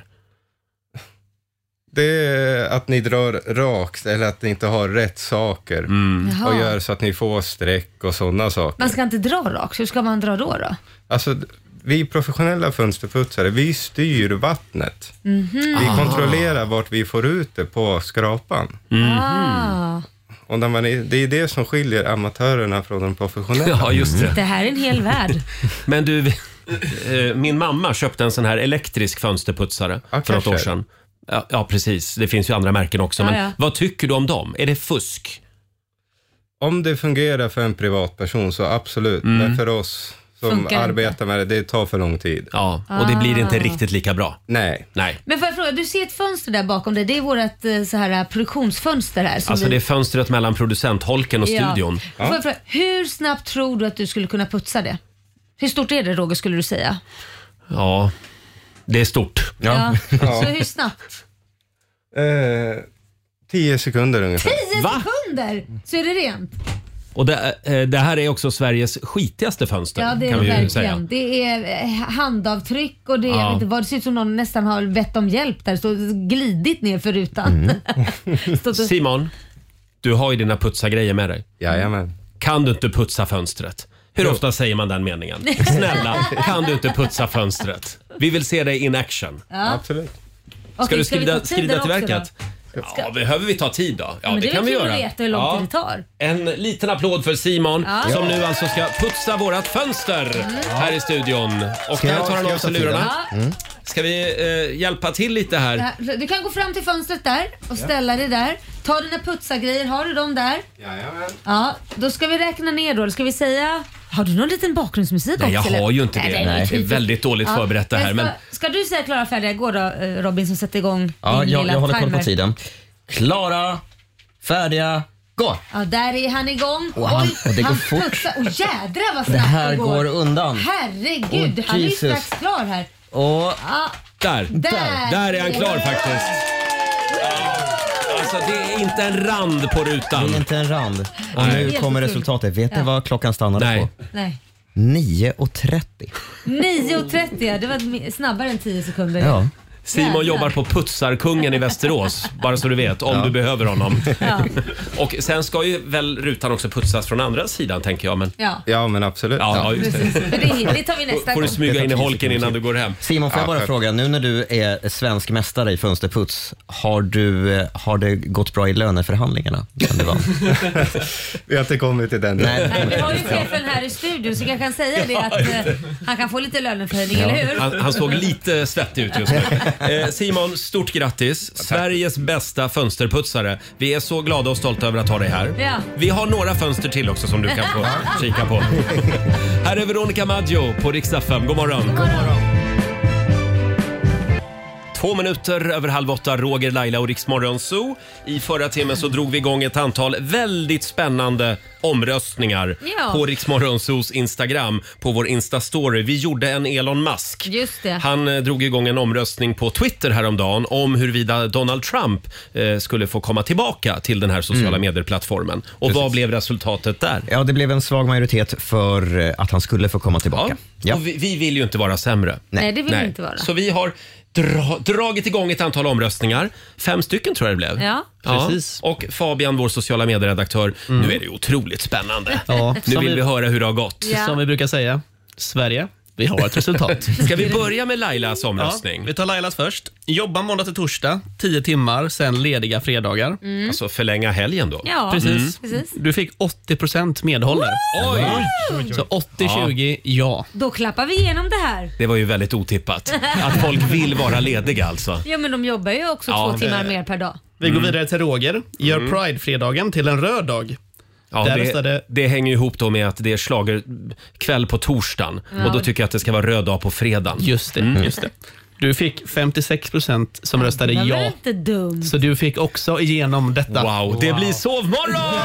Det är att ni drar rakt eller att ni inte har rätt saker Jaha. och gör så att ni får streck och sådana saker. Man ska inte dra rakt, hur ska man dra då då? Alltså, vi professionella fönsterputsare, vi styr vattnet. Mhm. Vi kontrollerar vart vi får ut det på skrapan. Ah. Och när man är, det är det som skiljer amatörerna från de professionella. Ja, just det. Det här är en hel värld. Men du, vi- eh, min mamma köpte en sån här elektrisk fönsterputsare Ja, för något kanske. år sedan. Ja, ja, precis. Det finns ju andra märken också. Ja, Men ja. vad tycker du om dem? Är det fusk? Om det fungerar för en privatperson så absolut. Mm. Men för oss som Funkar inte. arbetar med det, det tar för lång tid. Ja, och det blir inte Ah. riktigt lika bra. Nej. Nej. Men får jag fråga, du ser ett fönster där bakom dig. Det är vårt eh, så här produktionsfönster här. Som Alltså vi... det är fönstret mellan producentholken och studion. Ja. Får jag fråga, hur snabbt tror du att du skulle kunna putsa det? Hur stort är det, Roger, skulle du säga? Ja, det är stort. Ja. Ja. Så hur snabbt? Eh, tio sekunder ungefär. Tio Va? sekunder så är det rent. Och det, eh, det här är också Sveriges skitigaste fönster, Ja, det är kan det vi ju verkligen. säga. Det är eh, handavtryck och det är, Ja. jag vet inte vad, det ser ut som någon nästan har bett om hjälp där. Så glidit ner för rutan. Stått och- Simon, du har ju dina putsagrejer med dig. Jajamän. Kan du inte putsa fönstret? Hur ofta säger man den meningen? Snälla, kan du inte putsa fönstret? Vi vill se dig in action. Ja. Absolut. Ska Okej, du ska vi skrida, ta skrida tiden till också verket? Ja, behöver vi ta tid då? Ja, Ja, men det, det är kan vi väl kul göra. att veta hur lång Ja. tid det tar. En liten applåd för Simon Ja. som nu alltså ska putsa vårat fönster här i studion. Och Ska där jag- tar han ska av jag sig ta tiden? lurarna. Ja. Ska vi eh, hjälpa till lite här? Ja, du kan gå fram till fönstret där och ställa dig där. Ta dina putsargrejer, har du dem där? Jajamän. Ja, då ska vi räkna ner då. Då ska vi säga... Har du någon liten bakgrundsmusik Nej, jag också? eller? har ju inte det. Nej, Nej, är det är väldigt dåligt förberett det här. Ska, Men ska du säga klara färdiga? Gå då eh, Robin som sätter igång Ja, din jag, lilla jag håller koll på timer. tiden. Klara, färdiga, gå! Ja, där är han igång. Och han- och det går han fort. putsar. Åh jädrar vad snabbt Det här det går undan. Herregud, Åh, han är ju Jesus. strax klar här. Och Ja, där, Där. där är han klar faktiskt. Alltså det är inte en rand på det rutan. är inte en rand. Och Nej. nu kommer resultatet. Vet ni Ja. vad klockan stannade Nej. på? nej. nio och trettio. nio och trettio, det var mi- snabbare än tio sekunder. Ja. Simon Jävlar. jobbar på Putsarkungen i Västerås, bara så du vet, om Ja. du behöver honom. Ja. Och sen ska ju väl rutan också putsas från andra sidan, tänker jag. Men... Ja. Ja, men absolut. Ja, ja, just det. Precis. Men det, det tar vi nästa Får du gång. smyga in i holken innan du går hem. Simon, får jag Ja, bara själv. fråga, nu när du är svensk mästare i fönsterputs, har, du, eh, har det gått bra i löneförhandlingarna? Kan det vara? Vi har inte kommit till den. Nej. Nej, vi har ju chefen här i studion så jag kan säga det att eh, han kan få lite löneförhöjning, eller hur? Han, han såg lite svettig ut just nu. Eh, Simon, stort grattis. Sveriges bästa fönsterputsare. Vi är så glada och stolta över att ha dig här. Ja. Vi har några fönster till också som du kan få kika på. Här är Veronica Maggio på Riksdag fem. God morgon. God morgon. Två minuter över halv åtta, Roger, Laila och Riksmorgon Zoo. I förra timmen så drog vi igång ett antal väldigt spännande omröstningar Ja. på Riksmorgon Zoos Instagram, på vår Insta-story. Vi gjorde en Elon Musk. Just det. Han eh, drog igång en omröstning på Twitter häromdagen om huruvida Donald Trump eh, skulle få komma tillbaka till den här sociala Mm. medieplattformen. Och vad blev resultatet där? Ja, det blev en svag majoritet för eh, att han skulle få komma tillbaka. Ja. Och vi, vi vill ju inte vara sämre. Nej, det vill vi inte vara. Så vi har dra, dragit igång ett antal omröstningar. Fem stycken tror jag det blev. Ja. Precis. Och Fabian, vår sociala medieredaktör, nu är det ju otroligt spännande. Ja, Nu som vill vi- vi höra hur det har gått. Ja. Som vi brukar säga, Sverige, vi har ett resultat. Ska vi börja med Lailas omröstning? Ja, vi tar Lailas först. Jobba måndag till torsdag, tio timmar, sen lediga fredagar. Alltså förlänga helgen då. Ja, Precis. precis. Du fick åttio procent medhåll där. Oj! Så åttio tjugo, ja. Då klappar vi igenom det här. Det var ju väldigt otippat. Att folk vill vara lediga alltså. Ja, men de jobbar ju också Ja, två timmar det- mer per dag. Vi går vidare till Roger. Gör Mm. Pride-fredagen till en röd dag. Ja, Där det, röstade- det hänger ju ihop då med att det är slager kväll på torsdagen. Och då tycker jag att det ska vara röd dag på fredagen. Just det, Mm. just det. Du fick femtiosex procent som röstade Det var väl ja. inte dumt. Så du fick också igenom detta. Wow, det blir sovmorgon!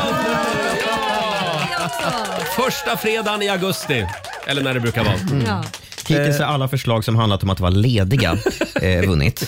Det också. Första fredagen i augusti. Eller när det brukar vara. Ja. Hittills är alla förslag som handlat om att vara lediga eh, vunnit.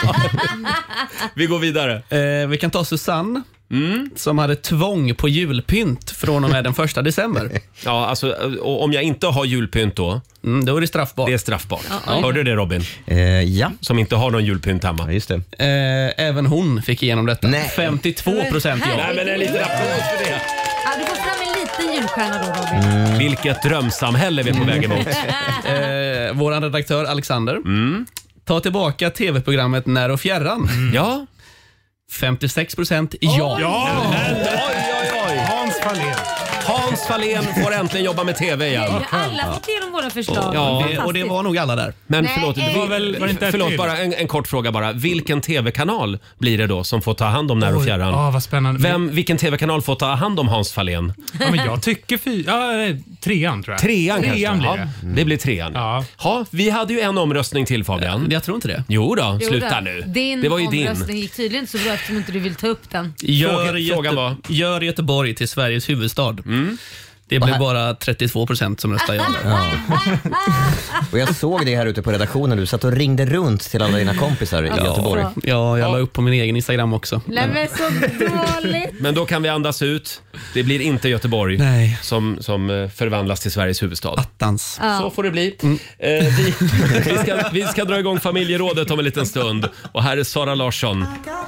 Vi går vidare. Eh, vi kan ta Susanne. Som hade tvång på julpynt från och med den första december. Ja, alltså och om jag inte har julpynt då, Mm, då är det straffbart. det är straffbart. Ja. Hörde du det Robin? Eh, ja. Som inte har någon julpynt ja, hemma. just det. Eh, även hon fick igenom detta. Nej. femtiotvå procent ja. Nej, men en liten applåd för det. Ja, du får fram en liten julstjärna då, Robin. Vilket drömsamhälle vi är på väg emot. Eh, vår redaktör Alexander. Ta tillbaka tv-programmet När och fjärran. Ja. femtiosex procent ja. Ja! Oj, oj, oj. Hans Fahlén. Hans Fahlén får äntligen jobba med tv igen. Alla fått igenom våra förslag. Ja, Det, och det var nog alla där. Men Nej. förlåt, Det var väl- var det inte ett förlåt till? bara en, en kort fråga bara. Vilken tv-kanal blir det då som får ta hand om När och Oj, fjärran? Ja, vad spännande. Vem, vilken tv-kanal får ta hand om Hans Fahlén? Ja, men jag tycker fy... Ja, eh, trean tror jag. Trean, Trean kanske? blir Ja, det. det blir trean. Ja. Ja, vi hade ju en omröstning till Fabian. Jag tror inte det. Jo då, Jo sluta då. nu. Din Det var ju din. omröstning gick tydligen inte så bra eftersom inte du vill ta upp den. Gör, Fråga- Göte- frågan var? gör Göteborg till Sveriges huvudstad. Det blev bara trettiotvå procent som röstade ja. Och jag såg det här ute på redaktionen. Du satt och ringde runt till alla dina kompisar i Göteborg. Ja, jag la upp på min egen Instagram också. Nej men så dåligt. Men då kan vi andas ut. Det blir inte Göteborg Nej. som, som eh, förvandlas till Sveriges huvudstad. Attans. Ja. Så får det bli. Eh, vi, vi, ska, vi ska dra igång familjerådet om en liten stund. Och här är Sara Larsson.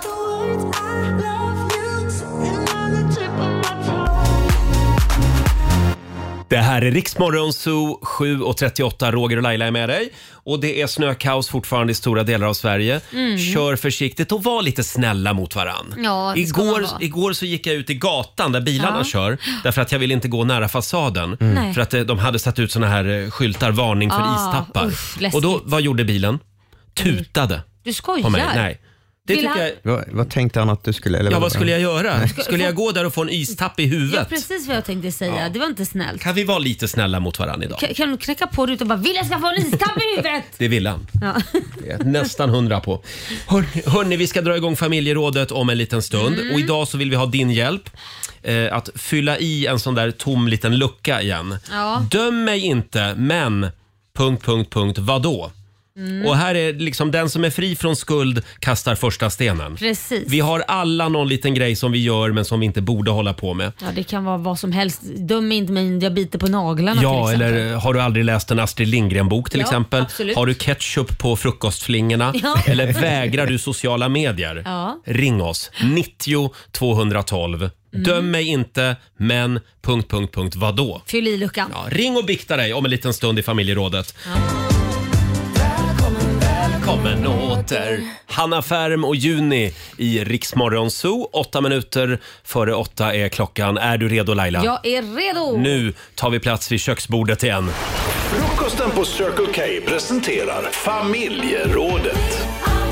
Det här är Riksmorgon Zoo, sju och trettioåtta. Roger och Laila är med dig. Och det är snökaos fortfarande i stora delar av Sverige. Kör försiktigt och var lite snälla mot varann. Ja, det ska man igår, vara. igår så gick jag ut i gatan där bilarna Ja. kör. Därför att jag ville inte gå nära fasaden. Nej. För att eh, de hade satt ut såna här eh, skyltar, varning för Ah, istappar. usch, läskigt. och då, vad gjorde bilen? Tutade Du på mig. skojar? Nej. Det Vill tycker han- jag... Vad, vad tänkte han att du skulle... Eller Ja, vad skulle jag göra? Ska- Skulle jag gå där och få en istapp i Ja, huvudet? precis vad jag tänkte säga. Det var inte snällt. Kan vi vara lite snälla mot varandra idag? Kan, kan du knäcka på det och bara vill jag ska få en istapp i huvudet? Det vill han. Ja. Det är jag nästan hundra på. Hör, hörni, vi ska dra igång familjerådet om en liten stund. Mm. Och idag så vill vi ha din hjälp. Eh, att fylla i en sån där tom liten lucka igen. Ja. Döm mig inte, men... Punkt, punkt, punkt, vadå? Mm. Och här är liksom den som är fri från skuld kastar första stenen. Precis. Vi har alla någon liten grej som vi gör men som vi inte borde hålla på med. Ja, det kan vara vad som helst. Döm inte mig, jag biter på naglarna Ja, till exempel. eller har du aldrig läst en Astrid Lindgren-bok till Ja, exempel? absolut. Har du ketchup på frukostflingorna? Ja. Eller vägrar du sociala medier? Ja. Ring oss, nittio tvåhundratolv. Mm. Döm mig inte, men... Punkt, punkt, punkt, vadå? Fyll i luckan. Ja, ring och bikta dig om en liten stund i familjerådet. Ja. Välkommen åter. Hanna Färm och Juni i Rix Morgon Zoo. Åtta minuter före åtta är klockan. Är du redo, Laila? Jag är redo. Nu tar vi plats vid köksbordet igen. Frukosten på Circle K presenterar familjerådet.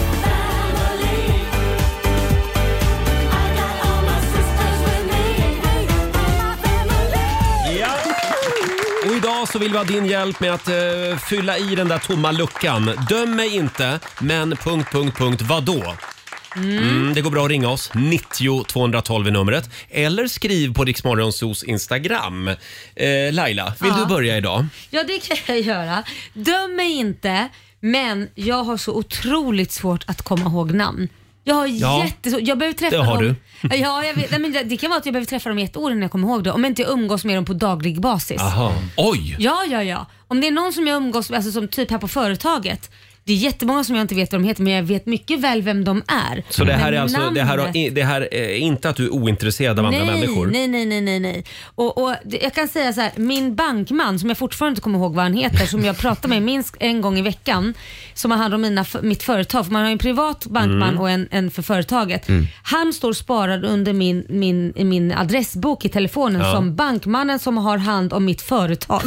Och idag så vill vi ha din hjälp med att uh, fylla i den där tomma luckan. Döm mig inte, men... Punkt, punkt, punkt, vadå? Mm. Mm, det går bra att ringa oss. nittio tvåhundratolv är numret. Eller skriv på Rix Morgon Zoos Instagram. Eh, Laila, vill Ja. du börja idag? Ja, det kan jag göra. Döm mig inte, men jag har så otroligt svårt att komma ihåg namn. Jag har Ja, jättesvårt. Jag behöver träffa det har dem. du. Ja, jag vet. Nej, men det, det kan vara att jag behöver träffa dem i ett år innan jag kommer ihåg det. Om jag inte umgås med dem på daglig basis. Aha. Oj! Ja, ja, ja. Om det är någon som jag umgås med, alltså som typ här på företaget. Det är jättemånga som jag inte vet vad de heter, men jag vet mycket väl vem de är. Så det här Men är alltså, det här, namnet- har- det här är inte att du är ointresserad av andra nej, människor? Nej, nej, nej, nej, nej. Och, och det- jag kan säga så här, min bankman som jag fortfarande inte kommer ihåg vad han heter, som jag pratar med minst en gång i veckan, som har hand om mina, mitt företag, för man har ju en privat bankman Mm. och en, en för företaget. Mm. Han står sparad under min, min, min adressbok i telefonen Ja. som bankmannen som har hand om mitt företag.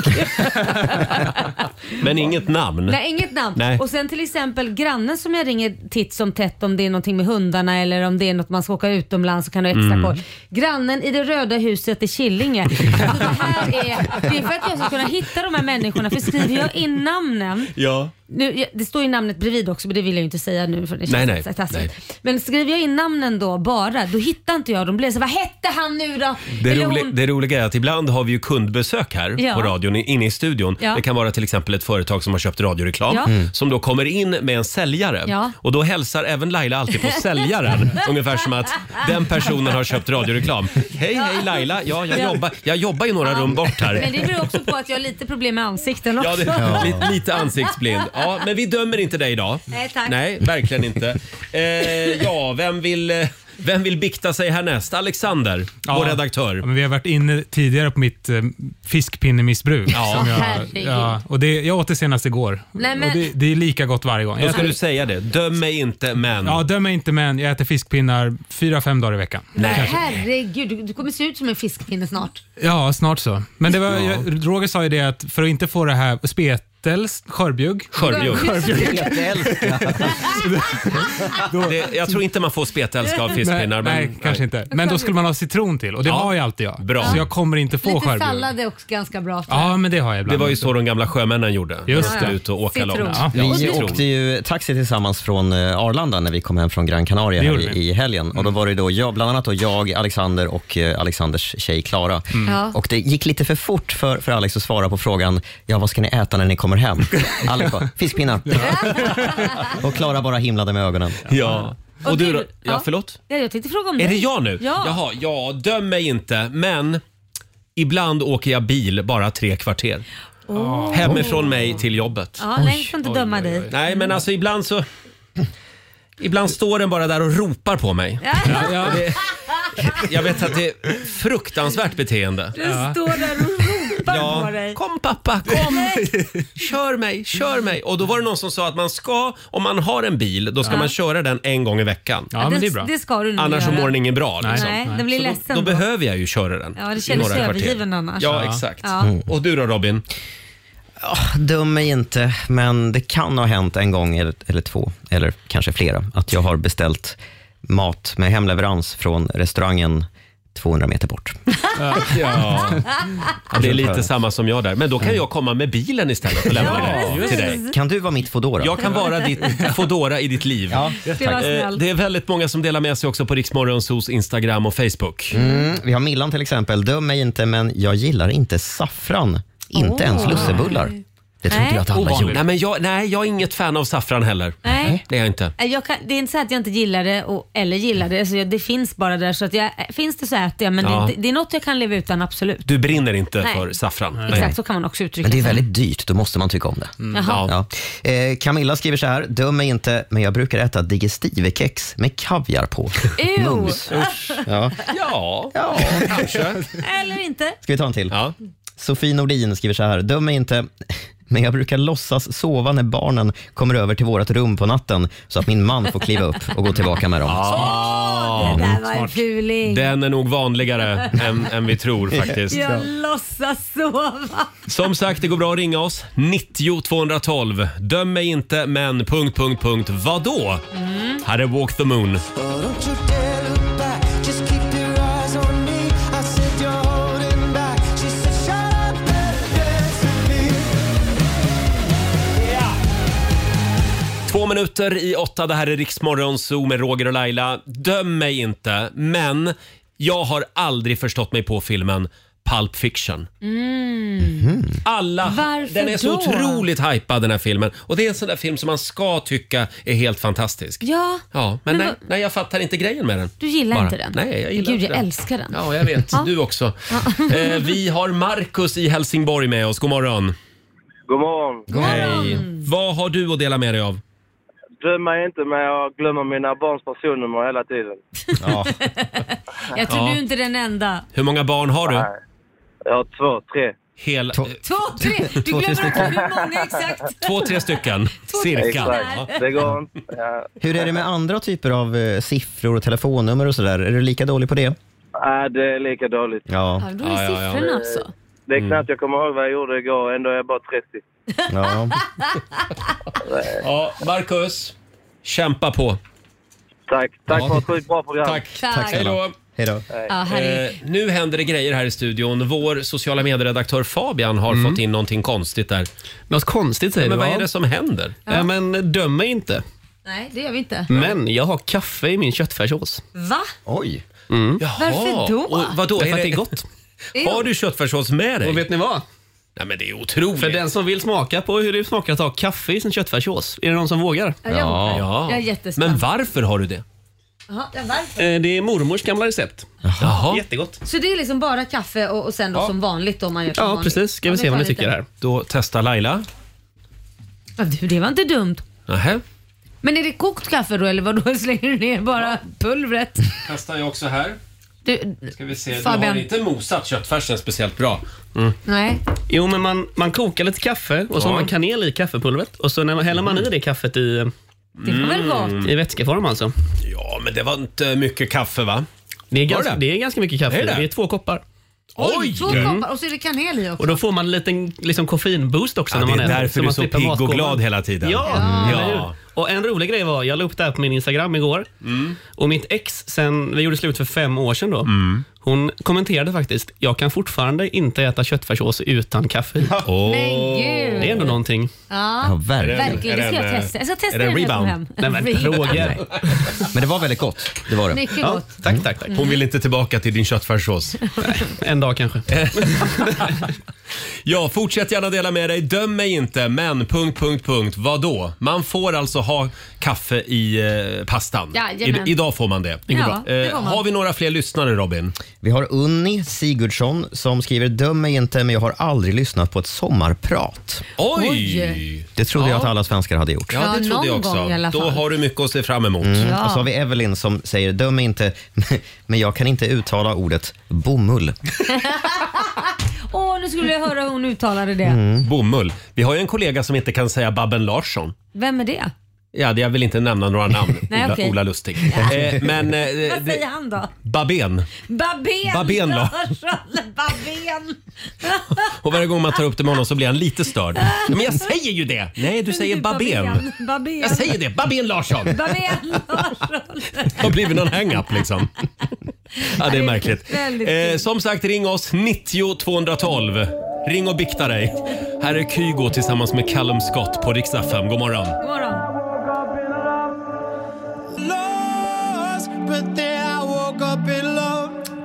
Men inget namn? Nej, inget namn. Nej. Och sen till exempel grannen som jag ringer titt som tätt om det är någonting med hundarna eller om det är något man ska åka utomlands så kan du extra Mm. koll. Grannen i det röda huset i Killinge. Alltså det här är, det är för att jag ska kunna hitta de här människorna, för skriver jag in namnen Ja. nu, jag- det står ju namnet bredvid också, men det vill jag ju inte säga nu för det känns Nej, nej, så taskigt. nej. Men skriver jag in namnen då bara, då hittar inte jag dem. Blir så, vad hette han nu då? Det, Eller roli- hon- det roliga är att ibland har vi ju kundbesök här Ja. på radion i- inne i studion. Ja. Det kan vara till exempel ett företag som har köpt radioreklam Ja. Mm. som då kommer in med en säljare. Ja. Och då hälsar även Laila alltid på säljaren. Ungefär som att den personen har köpt radioreklam. Hej, hej Laila. Ja, jag, Ja. jobbar, jag jobbar ju några rum bort här. Men det beror också på att jag har lite problem med ansikten också. Ja, det, lite, lite ansiktsblind. Ja, men vi dömer inte dig idag. Nej, tack. Nej, verkligen inte. Eh, ja, vem vill, eh, vem vill bikta sig härnäst? Alexander, vår redaktör. Ja, men vi har varit inne tidigare på mitt eh, fiskpinnemissbruk. Ja. Som jag, Herregud. ja, och det, jag åt det senast igår. Nej, men- och det, det är lika gott varje gång. Då Jag ska äter- du säga det. Döm mig inte, men... Ja, döm mig inte, men jag äter fiskpinnar fyra, fem dagar i veckan. Kanske. Herregud, du, du kommer se ut som en fiskpinne snart. Ja, snart så. Men det var, Ja. jag, Roger sa ju det att för att inte få det här spetels, skörbjugg. Skörbjugg. Skörbjugg. Det, jag tror inte man får spetälska av fiskpinnar. Nej, men, nej, kanske inte. Men då skulle man ha citron till och det Ja. har ju alltid jag. Bra. Så jag kommer inte få Lite skörbjugg. sallad är också ganska bra. tror jag. Ja, men det har jag Det ibland. var ju så de gamla sjömännen gjorde. Just de skulle det. ut och åka Citron. långt. Ja. Ja, Vi citron. åkte ju taxi tillsammans från eh, Arlanda när vi kom hem från Gran Canaria Det här gjorde i, vi. i helgen. Och då var det då jag, bland annat då jag, Alexander och eh, Alexanders tjej Klara. Ja. Och det gick lite för fort för, för Alex att svara på frågan, ja vad ska ni äta när ni kommer hem? Alex bara, fiskpinnar. Och Klara bara himlade med ögonen. Ja. Och, Och du du- då? Ja, ja. förlåt? Ja, jag tänkte fråga om Är dig. det jag nu? Ja. Jaha, ja, döm mig inte. Men ibland åker jag bil bara tre kvarter. Oh. Hemifrån mig till jobbet. Ja, nej, jag får inte döma dig. Nej, men alltså ibland så... Ibland står den bara där och ropar på mig. Ja. Ja, det, jag vet att det är fruktansvärt beteende. Du står där och ropar Ja, på dig. kom pappa, kom! Kör mig, kör mig. Och då var det någon som sa att man ska, om man har en bil, då ska Ja. man köra den en gång i veckan. Ja, men det är bra. Det ska du nog Annars så göra. mår den ingen bra. Liksom. Nej, den blir Så ledsen då, då då. behöver jag ju köra den. Ja, det i känns några kvarter. övergiven annars. Ja, Ja. exakt. Ja. Mm. Och du då Robin? Döm mig inte, men det kan ha hänt en gång eller, eller två, eller kanske flera, att jag har beställt mat med hemleverans från restaurangen tvåhundra meter bort. Ja. Det är lite samma som jag där. Men då kan jag komma med bilen istället och lämna Ja, det till dig. Kan du vara mitt Foodora? Jag kan vara ditt Foodora i ditt liv. Ja, Det var tack. Eh, snällt. Det är väldigt många som delar med sig också på Rix Morgonzoos Instagram och Facebook. Mm, vi har Millan till exempel. Döm mig inte, men jag gillar inte saffran. Inte Åh. ens lussebullar. Det tror inte jag att alla Ovanligt. gjorde. Nej, men jag, nej, jag är inget fan av saffran heller. Nej. Det är jag inte. Jag kan, det är inte så att jag inte gillar det och, eller gillar det. Så jag, det finns bara där. Så att jag, finns det så äter jag. Men Ja. det, är inte- det är något jag kan leva utan, absolut. Du brinner inte Nej. för saffran. Exakt, så kan man också uttrycka Men det är sig. väldigt dyrt, då måste man tycka om det. Mm. Jaha. Ja. Eh, Camilla skriver så här, döm mig inte, men jag brukar äta digestivekex med kaviar på. Ew. Mums. Ja. Ja, ja, kanske. Eller inte. Ska vi ta en till? Ja. Sofie Nordin skriver så här, döm mig inte, men jag brukar låtsas sova när barnen kommer över till vårt rum på natten så att min man får kliva upp och gå tillbaka med dem. Ah, Det där var en fuling. den är nog vanligare än, än vi tror faktiskt. Jag låtsas sova. Som sagt, det går bra att ringa oss. nittio tvåhundratolv. Döm mig inte, men... Punkt, punkt, punkt. Vadå? Mm. Här är Walk the Moon. Två minuter i åtta, det här är Riksmorgon Zoo med Roger och Laila. Döm mig inte, men jag har aldrig förstått mig på filmen Pulp Fiction. Mm. Alla, Varför den är så då? otroligt hypad den här filmen. Och det är en sån där film som man ska tycka är helt fantastisk. Ja, Ja, men, Men nej, vad- nej, jag fattar inte grejen med den. du gillar Bara. inte den? Nej, jag gillar Gud, inte jag den. älskar den. Ja, jag vet. Ja. Du också. Eh, vi har Markus i Helsingborg med oss. God morgon. God morgon. Hej. Vad har du att dela med dig av? Döm mig inte, men jag glömmer mina barns personnummer hela tiden. Ja. Jag tror Ja. du är inte den enda. Hur många barn har du? Nej. Jag har två, tre. Hela... Två, tre. Du Två, tre glömmer stycken. hur många exakt. Två, tre stycken. Cirka. Exakt. Det går inte. Ja. Hur är det med andra typer av eh, siffror och telefonnummer och sådär? Är du lika dålig på det? Nej, det är lika dåligt. Ja. Ja, då är det siffrorna alltså. Det är knappt jag kommer ihåg vad jag gjorde igår, ändå är jag bara trettio. Ja. Ja, Marcus, kämpa på. Tack. Tack Ja. för ett sjukt bra program. Tack. Tack. Hej då. Hej då. Ja, här är... Eh, nu händer det grejer här i studion. Vår sociala medieredaktör Fabian har fått in någonting konstigt där. Något konstigt säger Men du, vad va? är det som händer? Ja. men döm mig inte. Nej, det gör vi inte. Men jag har kaffe i min köttfärssås. Va? Oj. Mm. Varför då? Och vadå? Därför Är att det det är gott. Har du köttfärssås med dig? Och vet ni vad? Nej, men det är otroligt. För den som vill smaka på hur det smakar att ha kaffe i sin köttfärssås, är det någon som vågar? Ja, jag vågar. Ja. Jag är jättespänd. Men varför har du det? Jaha, ja, varför? Eh, Det är mormors gamla recept. Jaha. Jättegott. Så det är liksom bara kaffe och, och sen då Ja. som vanligt då man gör som Ja, vanligt. precis. Ska vi Ja, se det vad var ni lite- tycker här. Då testar Laila. Ja, du, det var inte dumt. Nähä. Men är det kokt kaffe då eller vad då slänger du ner bara pulvret? Testar jag också här. Du, Ska vi se. Du Fabian. har inte mosat köttfärsen speciellt bra. Mm. nej. Jo, men man, man kokar lite kaffe och så Ja. har man kanel i kaffepulvret. Och så när man häller man i det kaffet i, Det var väl gott? i vätskeform alltså. Ja, men det var inte mycket kaffe, va? Det är, Var ganska, det? det är ganska mycket kaffe. Är det? Det är två koppar. Oj! Två koppar och så är det kanel i också. Och då får man en liten liksom, koffeinboost också. Ja, när det man är äter, därför du är så slipper pigg och matkoman. glad hela tiden. Ja, Ja. eller hur? Och en rolig grej var, jag la upp det här på min Instagram igår. Mm. Och mitt ex, sen vi gjorde slut för fem år sedan då. Mm. Hon kommenterade faktiskt, jag kan fortfarande inte äta köttfärssås utan kaffe. Åh. Men gud. Det är ändå någonting. Ja, Ja, verkligen. verkligen. Det ska Är det jag en, testa. Jag ska testa är det en när jag kommer rebound? hem. Nej men Roger. Men det var väldigt gott. Det var det. Mycket Ja, gott. tack, tack, tack. Hon vill inte tillbaka till din köttfärssås. En dag kanske. Ja, fortsätt gärna dela med dig. Döm mig inte, men... Punkt, punkt, punkt. Vadå? Man får alltså ha kaffe i eh, pastan. Jajamän. I, idag får man det. Det går Ja, bra. Det Eh, får man. har vi några fler lyssnare, Robin? Vi har Unni Sigurdsson som skriver, döm mig inte, men jag har aldrig lyssnat på ett sommarprat. Oj! Oj. Det trodde jag Ja. att alla svenskar hade gjort. Ja, Ja, det trodde någon jag också. gång i alla Då fall. har du mycket att se fram emot. Mm. Ja. Och så har vi Evelyn som säger, döm mig inte, men jag kan inte uttala ordet bomull. Åh, nu skulle jag höra hur hon uttalade det. Mm. Bomull. Vi har ju en kollega som inte kan säga Babben Larsson. Vem är det? Ja, det jag vill inte nämna några namn. Nej, Ola, okej. Ola Lustig. Eh, men... Eh, Vad det, säger han då? Babben. Babén Babén då? Larsson. Babén. Och varje gång man tar upp det med honom så blir han lite störd. Men jag säger ju det! Nej, du säger Babén. Babén. Jag säger det, Babben Larsson. Babén Larsson. Det har blivit någon hang-up liksom. Ja, det är märkligt. väldigt Eh, kul. som sagt, ring oss nittio tvåhundratolv. Ring och bikta dig. Här är Kygo tillsammans med Callum Scott på Rix F M. God morgon. God morgon.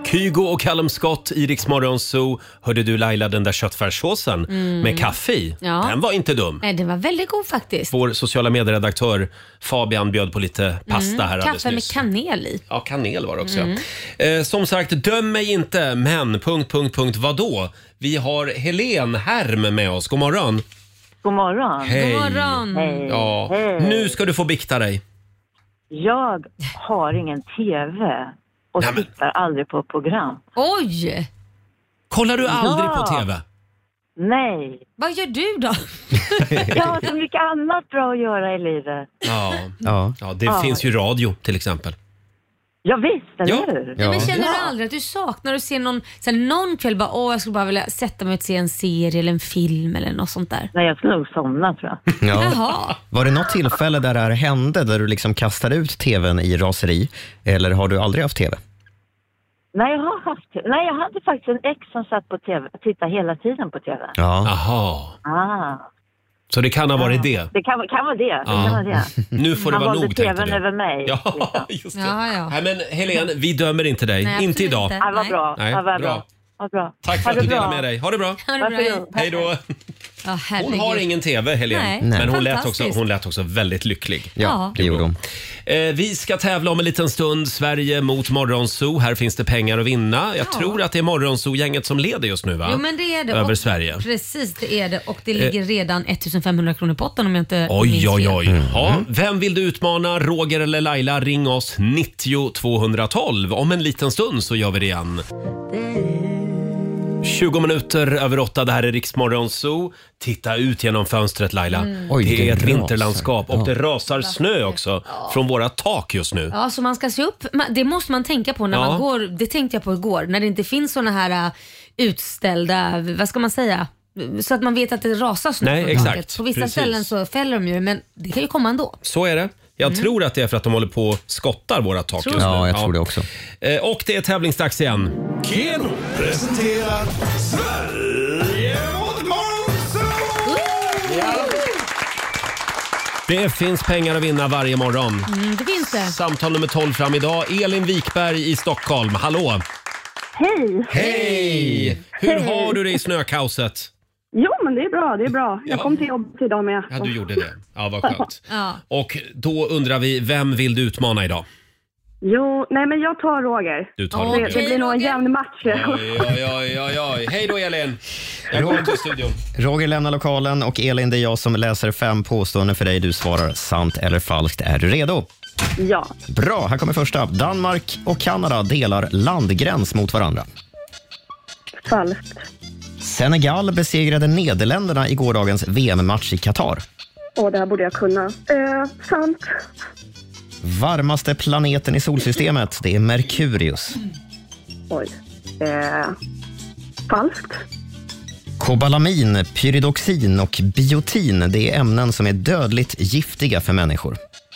Kygo och Callum Scott i Rix Morgon Zoo. Hörde du Laila, den där köttfärssåsen Mm. med kaffe i? Ja. Den var inte dum. Nej, den var väldigt god faktiskt. Vår sociala medieredaktör Fabian bjöd på lite pasta Mm. här alldeles Kaffe med nyss. kanel i. Ja, kanel var det också. Mm. Eh, som sagt, döm mig inte, men... Punkt, punkt, punkt, vadå? Vi har Helen Härm med oss. God morgon. God morgon. Hej. God morgon. Hej. Ja. Hej. Nu ska du få bikta dig. Jag har ingen tv och Nej, men- tittar aldrig på program. Oj! Kollar du aldrig Ja. på tv? Nej. Vad gör du då? Jag har så mycket annat bra att göra i livet. Ja, Ja. ja det Ja. finns ju radio till exempel. Ja, visst, eller Ja. hur? Nej, men känner Ja. du aldrig att du saknar att se någon, så här, någon kväll bara, åh jag skulle bara vilja sätta mig och se en serie eller en film eller något sånt där? Nej, jag skulle nog somna tror jag. Ja. Jaha. Var det något tillfälle där det här hände, där du liksom kastade ut tvn i raseri? Eller har du aldrig haft tv? Nej, jag har haft Nej, jag hade faktiskt en ex som satt på tv och tittade hela tiden på tv. Ja. Aha. Ah. Så det kan ha varit det. Det kan, kan vara det. det, Ja. kan vara det. Nu får det Han vara valde nog, tänkte tvn du. över mig. Ja, just det. Ja, ja. Nej, men Helen, vi dömer inte dig. Nej, inte absolut idag. inte. Ja, vad bra. Nej, Ja, vad bra. bra. Vad bra. Tack för Ha att det du bra. delade med dig. Ha det bra. Ha det bra. Varsågod. Hej då. Ja, Hon herregud. har ingen tv, Helen. Nej, Men hon lät, också, fantastiskt. hon lät också väldigt lycklig. Ja, det gjorde hon. Eh, vi ska tävla om en liten stund. Sverige mot Morgonzoo. Här finns det pengar att vinna. Jag Ja. tror att det är Morgonzoo-gänget som leder just nu, va? Jo, men det är det. Över och, Sverige. Precis, det är det. Och det ligger redan femtonhundra kronor i potten om jag inte minns Oj, oj, fel. oj. Ja, vem vill du utmana? Roger eller Laila? Ring oss nittio tvåhundratolv. Om en liten stund så gör vi det igen. tjugo minuter över åtta, det här är Rix Morgon Zoo. Titta ut genom fönstret, Laila. Mm. Oj, det är det ett rasar. vinterlandskap och Ja. det rasar snö också från våra tak just nu. Ja, så man ska se upp. Ma- Det måste man tänka på när Ja. man går. Det tänkte jag på igår. När det inte finns såna här äh, utställda, vad ska man säga? Så att man vet att det rasar snö Nej, på exakt. taket. På vissa Precis. ställen så fäller de ju, men det kan ju komma ändå. Så är det. Jag Mm. tror att det är för att de håller på och skottar våra tak Tror just nu. Ja, jag tror det också. Eh, Och det är tävlingsdags igen. Keno presenterar Sverige mot Det finns pengar att vinna varje morgon. Mm, det finns det. Samtal nummer tolv fram idag. Elin Wikberg i Stockholm. Hallå! Hej! Hej! Hur Hej. har du det i snökaoset? Jo, men det är bra. Det är bra. Jag Ja. kom till jobbet idag med. Ja, du gjorde det. Ja, vad skönt. Ja. Och då undrar vi, vem vill du utmana idag? Jo, nej men jag tar Roger. Du tar det, Roger. det blir nog en jämn match. Oj, oj, oj, oj, oj. Hej då, Elin. Jag går till studion. Roger lämnar lokalen och Elin, det är jag som läser fem påståenden för dig. Du svarar sant eller falskt. Är du redo? Ja. Bra, här kommer första. Danmark och Kanada delar landgräns mot varandra. Falskt. Senegal besegrade Nederländerna i gårdagens V M-match i Qatar. Åh, det här borde jag kunna. Eh, sant. Varmaste planeten i solsystemet, det är Merkurius. Oj. Eh, falskt. Kobalamin, pyridoxin och biotin, det är ämnen som är dödligt giftiga för människor.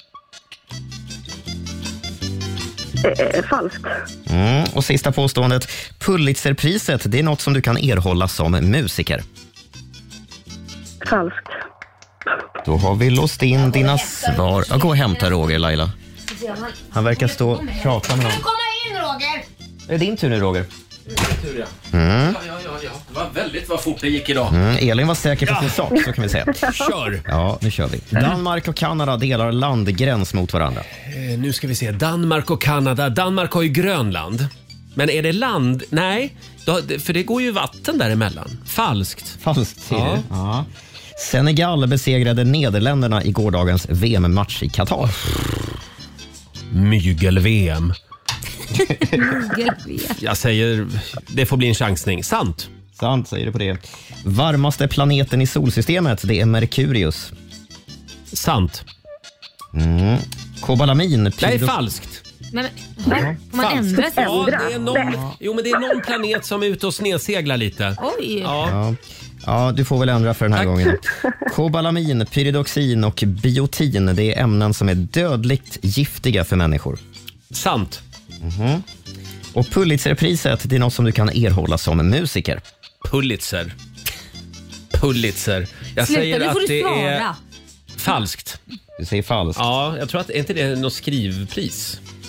Eh, falskt. Mm. Och sista påståendet, Pulitzerpriset, det är något som du kan erhålla som musiker. Falskt. Då har vi låst in dina svar. Jag går och hämta Roger, Laila. Han verkar stå och prata med någon. Komma in, Roger! Är det din tur nu, Roger? Tur, ja. Mm. Ja, ja, ja, ja. Det var väldigt vad fort det gick idag. Mm. Elin var säker på sin sak, så kan vi säga. Kör! Ja, nu kör vi. Danmark och Kanada delar landgräns mot varandra. Eh, nu ska vi se. Danmark och Kanada. Danmark har ju Grönland. Men är det land? Nej, då, för det går ju vatten däremellan. Falskt. Falskt, säger Ja. du? Ja. Senegal besegrade Nederländerna i gårdagens V M-match i Qatar. Mygel-V M. Jag säger, det får bli en chansning. Sant. Sant, säger du på det. Varmaste planeten i solsystemet, det är Merkurius. Sant. Mm. Kobalamin. Nej, pyrido- falskt. Men, men, får man Falskt. ändra sig? Ja, det är någon, jo, men det är någon planet som är ute och snedseglar lite. Oj. Ja. Ja. Ja, du får väl ändra för den här gången. Kobalamin, pyridoxin och biotin, det är ämnen som är dödligt giftiga för människor. Sant. Mhm. Och Pulitzerpriset, det är något som du kan erhålla som musiker. Pulitzer. Pulitzer. Jag Sluta, säger nu att får du det svara. är falskt. Du säger falskt. Ja, jag tror att, är inte det något skrivpris?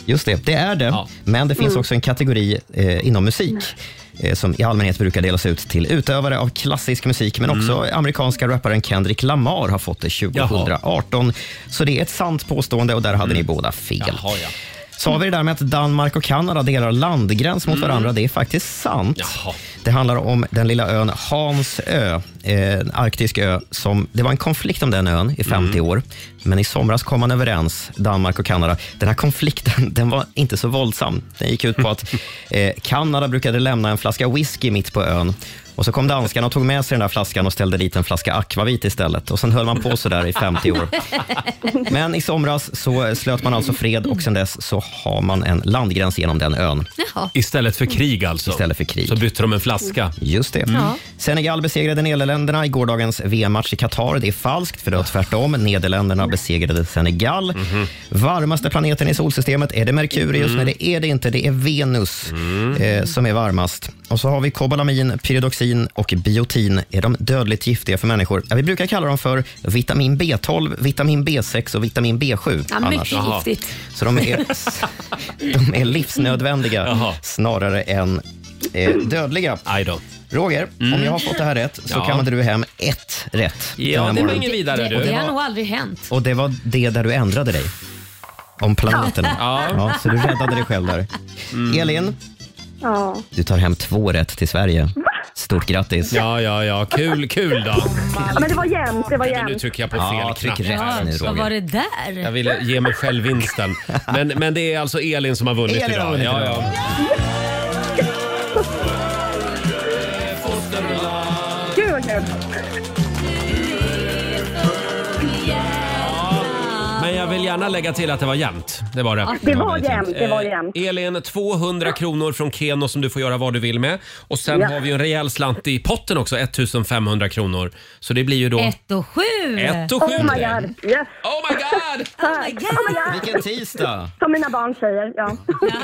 Just det, det är det. Ja. Men det finns Mm. också en kategori eh, inom musik eh, som i allmänhet brukar delas ut till utövare av klassisk musik, men också Mm. amerikanska rapparen Kendrick Lamar har fått det tjugoarton. Så det är ett sant påstående och där hade ni båda fel. Jaha, ja. Sa vi det där med att Danmark och Kanada delar landgräns mot varandra? Det är faktiskt sant. Jaha. Det handlar om den lilla ön Hansö, eh, en arktisk ö. Som, det var en konflikt om den ön i femtio år. Men i somras kom man överens, Danmark och Kanada. Den här konflikten, den var inte så våldsam. Den gick ut på att eh, Kanada brukade lämna en flaska whisky mitt på ön. Och så kom danskarna och tog med sig den där flaskan och ställde dit en flaska akvavit istället. Och sen höll man på så där i femtio år. Men i somras så slöt man alltså fred och sen dess så har man en landgräns genom den ön. Jaha. Istället för krig alltså? Istället för krig. Så bytte de en flaska? Just det. Mm. Ja. Senegal besegrade Nederländerna i gårdagens V M-match i Qatar. Det är falskt, för det var tvärtom. Nederländerna besegrade Senegal. Mm-hmm. Varmaste planeten i solsystemet, är det Merkurius? Mm. Nej, det är det inte. Det är Venus mm. eh, som är varmast. Och så har vi kobalamin, pyridoxin och biotin. Är de dödligt giftiga för människor? Ja, vi brukar kalla dem för vitamin B tolv, vitamin B sex och vitamin B sju. Ja, mycket giftigt. Så de är, de är livsnödvändiga Jaha. snarare än eh, dödliga. Aj då. Roger, Mm. om jag har fått det här rätt så Ja. kan du hem ett rätt. Ja, den här det var morgonen. ingen vidare Det, du. det har nog aldrig hänt. Och det var det där du ändrade dig. Om planeterna. Ja. Ja, så du räddade dig själv där. Elin, Ja. du tar hem två rätt till Sverige. Stort grattis. Ja, ja, ja. Kul, kul då. Ja, men det var jämnt, det var Nu jämnt. trycker jag på fel Ja, tryck knapp. rätt här nu, också. Vad var det där? Jag ville ge mig själv vinsten. Men, men det är alltså Elin som har vunnit Elin har idag. vunnit Ja, idag. ja. Gud vad kul. Men jag vill gärna lägga till att det var jämnt. Det var det. Det var jämnt, det var Eh, jämnt. Elin, tvåhundra kronor från Keno som du får göra vad du vill med. Och sen Ja. har vi ju en rejäl slant i potten också, ettusenfemhundra kronor. Så det blir ju då... Ett och sju. Ett och sju. Oh my god, yes. Oh my god! Oh my God. Oh my god. Vilken tisdag! Som mina barn säger, ja.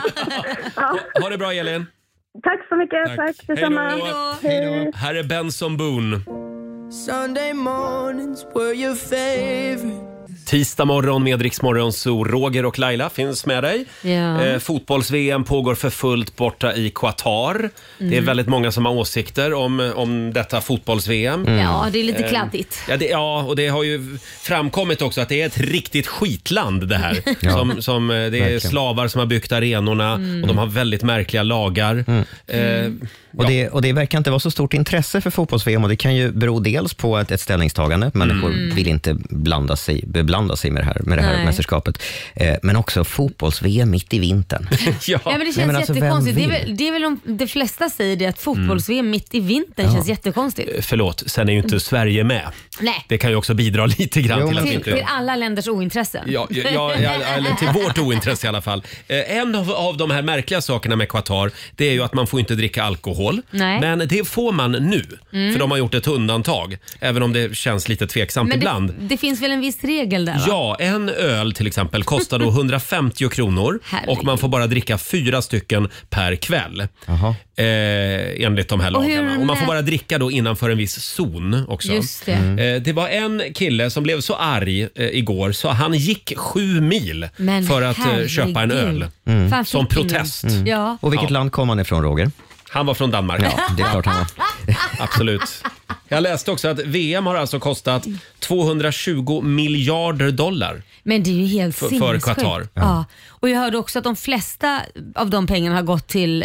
ja. Ha det bra, Elin. Tack så mycket, tack, Tack. detsamma. Hej då. Hej. Här är Benson Boone. Sunday mornings were your favorite. Tisdag morgon med Rix Morgon, så Roger och Laila finns med dig. Ja. Eh, Fotbolls-V M pågår för fullt borta i Qatar. Det är Mm. väldigt många som har åsikter om, om detta fotbolls-V M. Ja, det är lite Eh, kladdigt. Ja, det, ja, och det har ju framkommit också att det är ett riktigt skitland det här. Ja. Som, som, eh, det är Verkligen. slavar som har byggt arenorna och de har väldigt märkliga lagar. Eh, Och, det, och det verkar inte vara så stort intresse för fotbolls-V M och det kan ju bero dels på ett, ett ställningstagande. Människor Mm. vill inte blanda sig, beblanda sig med det här, med det här Nej. mästerskapet. Eh, men också fotbolls-V M mitt i vintern. ja. Ja, men det känns Nej, men alltså, vem jättekonstigt. Det är vill? väl, det är väl om de flesta säger det, att fotbolls-V M mitt i vintern känns jättekonstigt. Eh, Förlåt, sen är ju inte Sverige med. Nej, Det kan ju också bidra lite grann Jo, till men- att vi till, inte... till alla länders ointresse. Ja, ja, ja, ja, eller till vårt ointresse i alla fall. Eh, en av, av de här märkliga sakerna med Qatar, det är ju att man får inte dricka alkohol. Nej. Men det får man nu, Mm. för de har gjort ett undantag. Även om det känns lite tveksamt Men ibland. det, det finns väl en viss regel där, va? Ja, en öl till exempel kostar då hundrafemtio kronor Herregud. och man får bara dricka fyra stycken per kväll. Jaha. Eh, enligt de här Och hur lagarna. Och man får mät- bara dricka då innanför en viss zon också. Just det. Eh, det var en kille som blev så arg eh, igår så han gick sju mil Men för att eh, köpa en herregud. öl. Fan, Som fick ingen. protest. Ja. Och vilket Ja. land kom han ifrån, Roger? Han var från Danmark. Ja, det är klart han var. Absolut. Jag läste också att V M har alltså kostat tvåhundratjugo miljarder dollar. Men det är ju helt För- för sinnessjukt. Qatar. Ja. Och jag hörde också att de flesta av de pengarna har gått till, eh,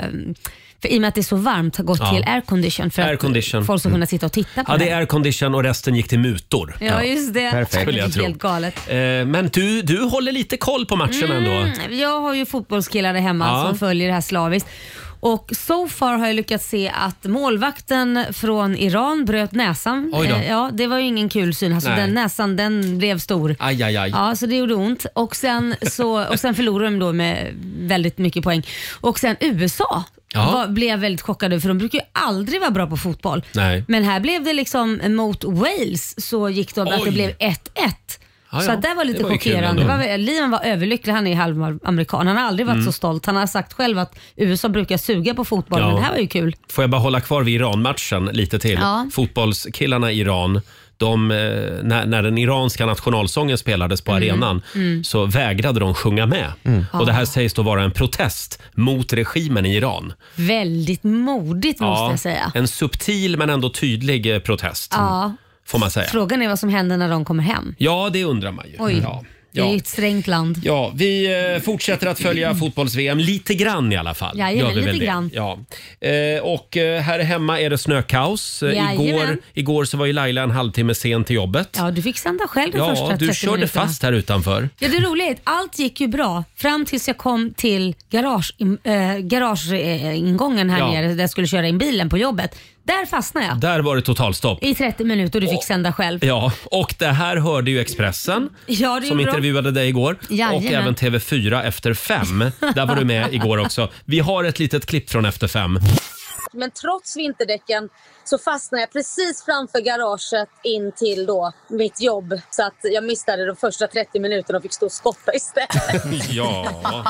för i och med att det är så varmt, har gått Ja. till aircondition för Air att condition. folk ska kunna sitta och titta på Ja, det det. är aircondition och resten gick till mutor. Ja, just det. Perfekt. Skulle jag Det är tro. helt galet. Eh, Men du, du håller lite koll på matcherna ändå. Mm, jag har ju fotbollskillar där hemma Ja. som följer det här slaviskt. Och so far har jag lyckats se att målvakten från Iran bröt näsan. Oj då. Eh, Ja, det var ju ingen kul syn. Alltså Nej. den näsan den blev stor. Aj, aj, aj. Ja, så det gjorde ont. Och sen, så, och sen förlorade de då med väldigt mycket poäng. Och sen U S A Ja. var, blev jag väldigt chockad över, för de brukar ju aldrig vara bra på fotboll. Nej. Men här blev det liksom mot Wales så gick de att Oj. det blev ett ett. Ja, så ja. att det var lite Det var ju kul chockerande. Det ändå. var, Liam var överlycklig, han är halvamerikan. Han har aldrig varit Mm. så stolt. Han har sagt själv att U S A brukar suga på fotboll, Ja. men det här var ju kul. Får jag bara hålla kvar vid Iran-matchen lite till? Ja. Fotbollskillarna i Iran, de, eh, när, när den iranska nationalsången spelades på Mm. arenan Mm. så vägrade de sjunga med. Och det här sägs då vara en protest mot regimen i Iran. Väldigt modigt måste jag säga. En subtil men ändå tydlig eh, protest. Ja. Får man säga. Frågan är vad som händer när de kommer hem. Ja, det undrar man ju. Oj, Ja. det är ju Ja. ett strängt land. Ja, vi eh, fortsätter att följa fotbolls-V M lite grann i alla fall. Jajamän, Gör vi lite väl det? grann. Ja. Eh, och eh, här hemma är det snökaos. Eh, Jajamän. igår, igår så var ju Laila en halvtimme sen till jobbet. Ja, du fick sända själv de första Ja, trettio du körde minuterna. fast här utanför. Ja, det roliga är att allt gick ju bra fram tills jag kom till garage, äh, garageingången här Ja. nere där jag skulle köra in bilen på jobbet. Där fastnade jag Där var det totalstopp. i trettio minuter och du fick sända själv. Ja, och det här hörde ju Expressen Ja, det som gjorde de. intervjuade dig igår. Jajamän. Och även T V fyra Efter fem. Där var du med igår också. Vi har ett litet klipp från Efter fem. Men trots vinterdäcken så fastnade jag precis framför garaget in till då mitt jobb. Så att jag missade de första trettio minuterna och fick stå och skotta istället. Ja.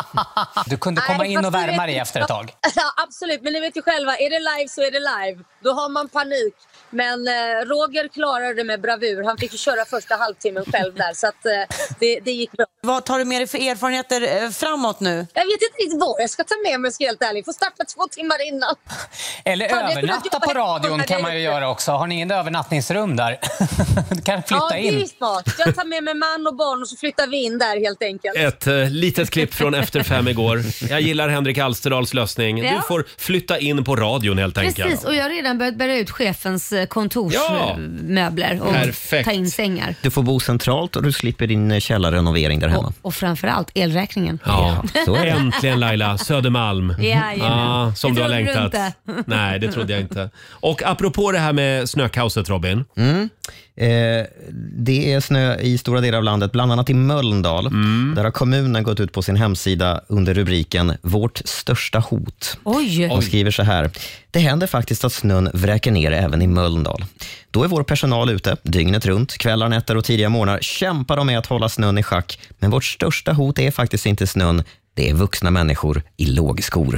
Du kunde komma Nej, in och fast du värma vet- dig efter ett tag. Ja, absolut. Men ni vet ju själva, är det live så är det live. Då har man panik. Men eh, Roger klarade det med bravur. Han fick ju köra första halvtimmen själv där. Så att eh, det, det gick bra. Vad tar du med dig för erfarenheter eh, framåt nu? Jag vet inte riktigt vad jag ska ta med mig, ska jag helt ärligt. Får starta två timmar innan. Eller Fan, jag övernatta skulle på jobba radion hemma kan man ju direkt. göra också. Har ni en övernattningsrum där? Du kan flytta Ja, det är in. smart. Jag tar med mig man och barn och så flyttar vi in där helt enkelt. Ett eh, litet klipp från Efter fem igår. Jag gillar Henrik Alsterdals lösning. Ja. Du får flytta in på radion helt enkelt. Precis, och jag har redan börjat bära ut chefens eh, Ja. kontorsmöbler och Perfekt. ta in sängar. Du får bo centralt och du slipper din eh, källarrenovering där hemma. Och, och framförallt elräkningen. Ja, så är det. Äntligen Laila, Södermalm. Jajamän. Ah, som Det du har trodde du längtat. inte. Nej, det trodde jag inte. Och apropå det här med snökaoset, Robin. Mm. Eh, det är snö i stora delar av landet, bland annat i Mölndal. Mm. Där har kommunen gått ut på sin hemsida under rubriken Vårt största hot. Oj. Och skriver så här: det händer faktiskt att snön vräker ner även i Mölndal. Då är vår personal ute dygnet runt, kvällar, nätter och tidiga morgnar kämpar de med att hålla snön i schack. Men vårt största hot är faktiskt inte snön. Det är vuxna människor i lågskor.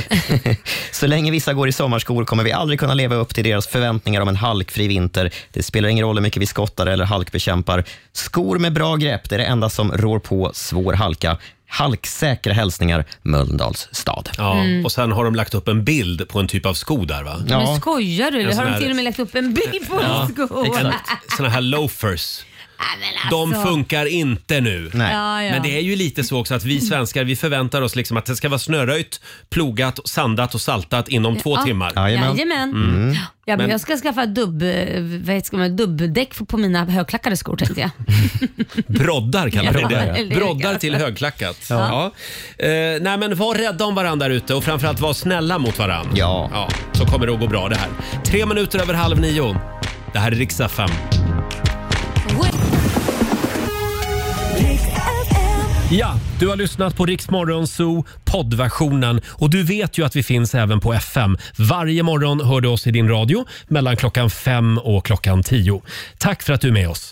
Så länge vissa går i sommarskor kommer vi aldrig kunna leva upp till deras förväntningar om en halkfri vinter. Det spelar ingen roll hur mycket vi skottar eller halkbekämpar. Skor med bra grepp, det är det enda som rår på svår halka. Halksäkra hälsningar, Mölndals stad. Ja, Mm. och sen har de lagt upp en bild på en typ av sko där, va? Men skojar du? En Har sån de här- till och med lagt upp en bild på Ja, en sko? exakt. Såna här loafers. De alltså. funkar inte nu. Nej. Ja, ja. Men det är ju lite så också att vi svenskar, vi förväntar oss liksom att det ska vara snöröjt, plogat, sandat och saltat inom två Ja. timmar. Jajamän. Mm. Ja, men Men- jag ska skaffa dubb, vad heter det, dubbdäck på mina högklackade skor tänkte jag. Broddar kallar vi Ja, det. eller- Broddar till högklackat. Ja. Ja. Eh, nej men var rädda om varandra där ute och framförallt var snälla mot varandra. Ja. ja. Så kommer det att gå bra det här. Tre minuter över halv nio. Det här är Riksdag fem. Ja, du har lyssnat på Rix Morgon Zoo poddversionen och du vet ju att vi finns även på F M. Varje morgon hör du oss i din radio mellan klockan fem och klockan tio. Tack för att du är med oss.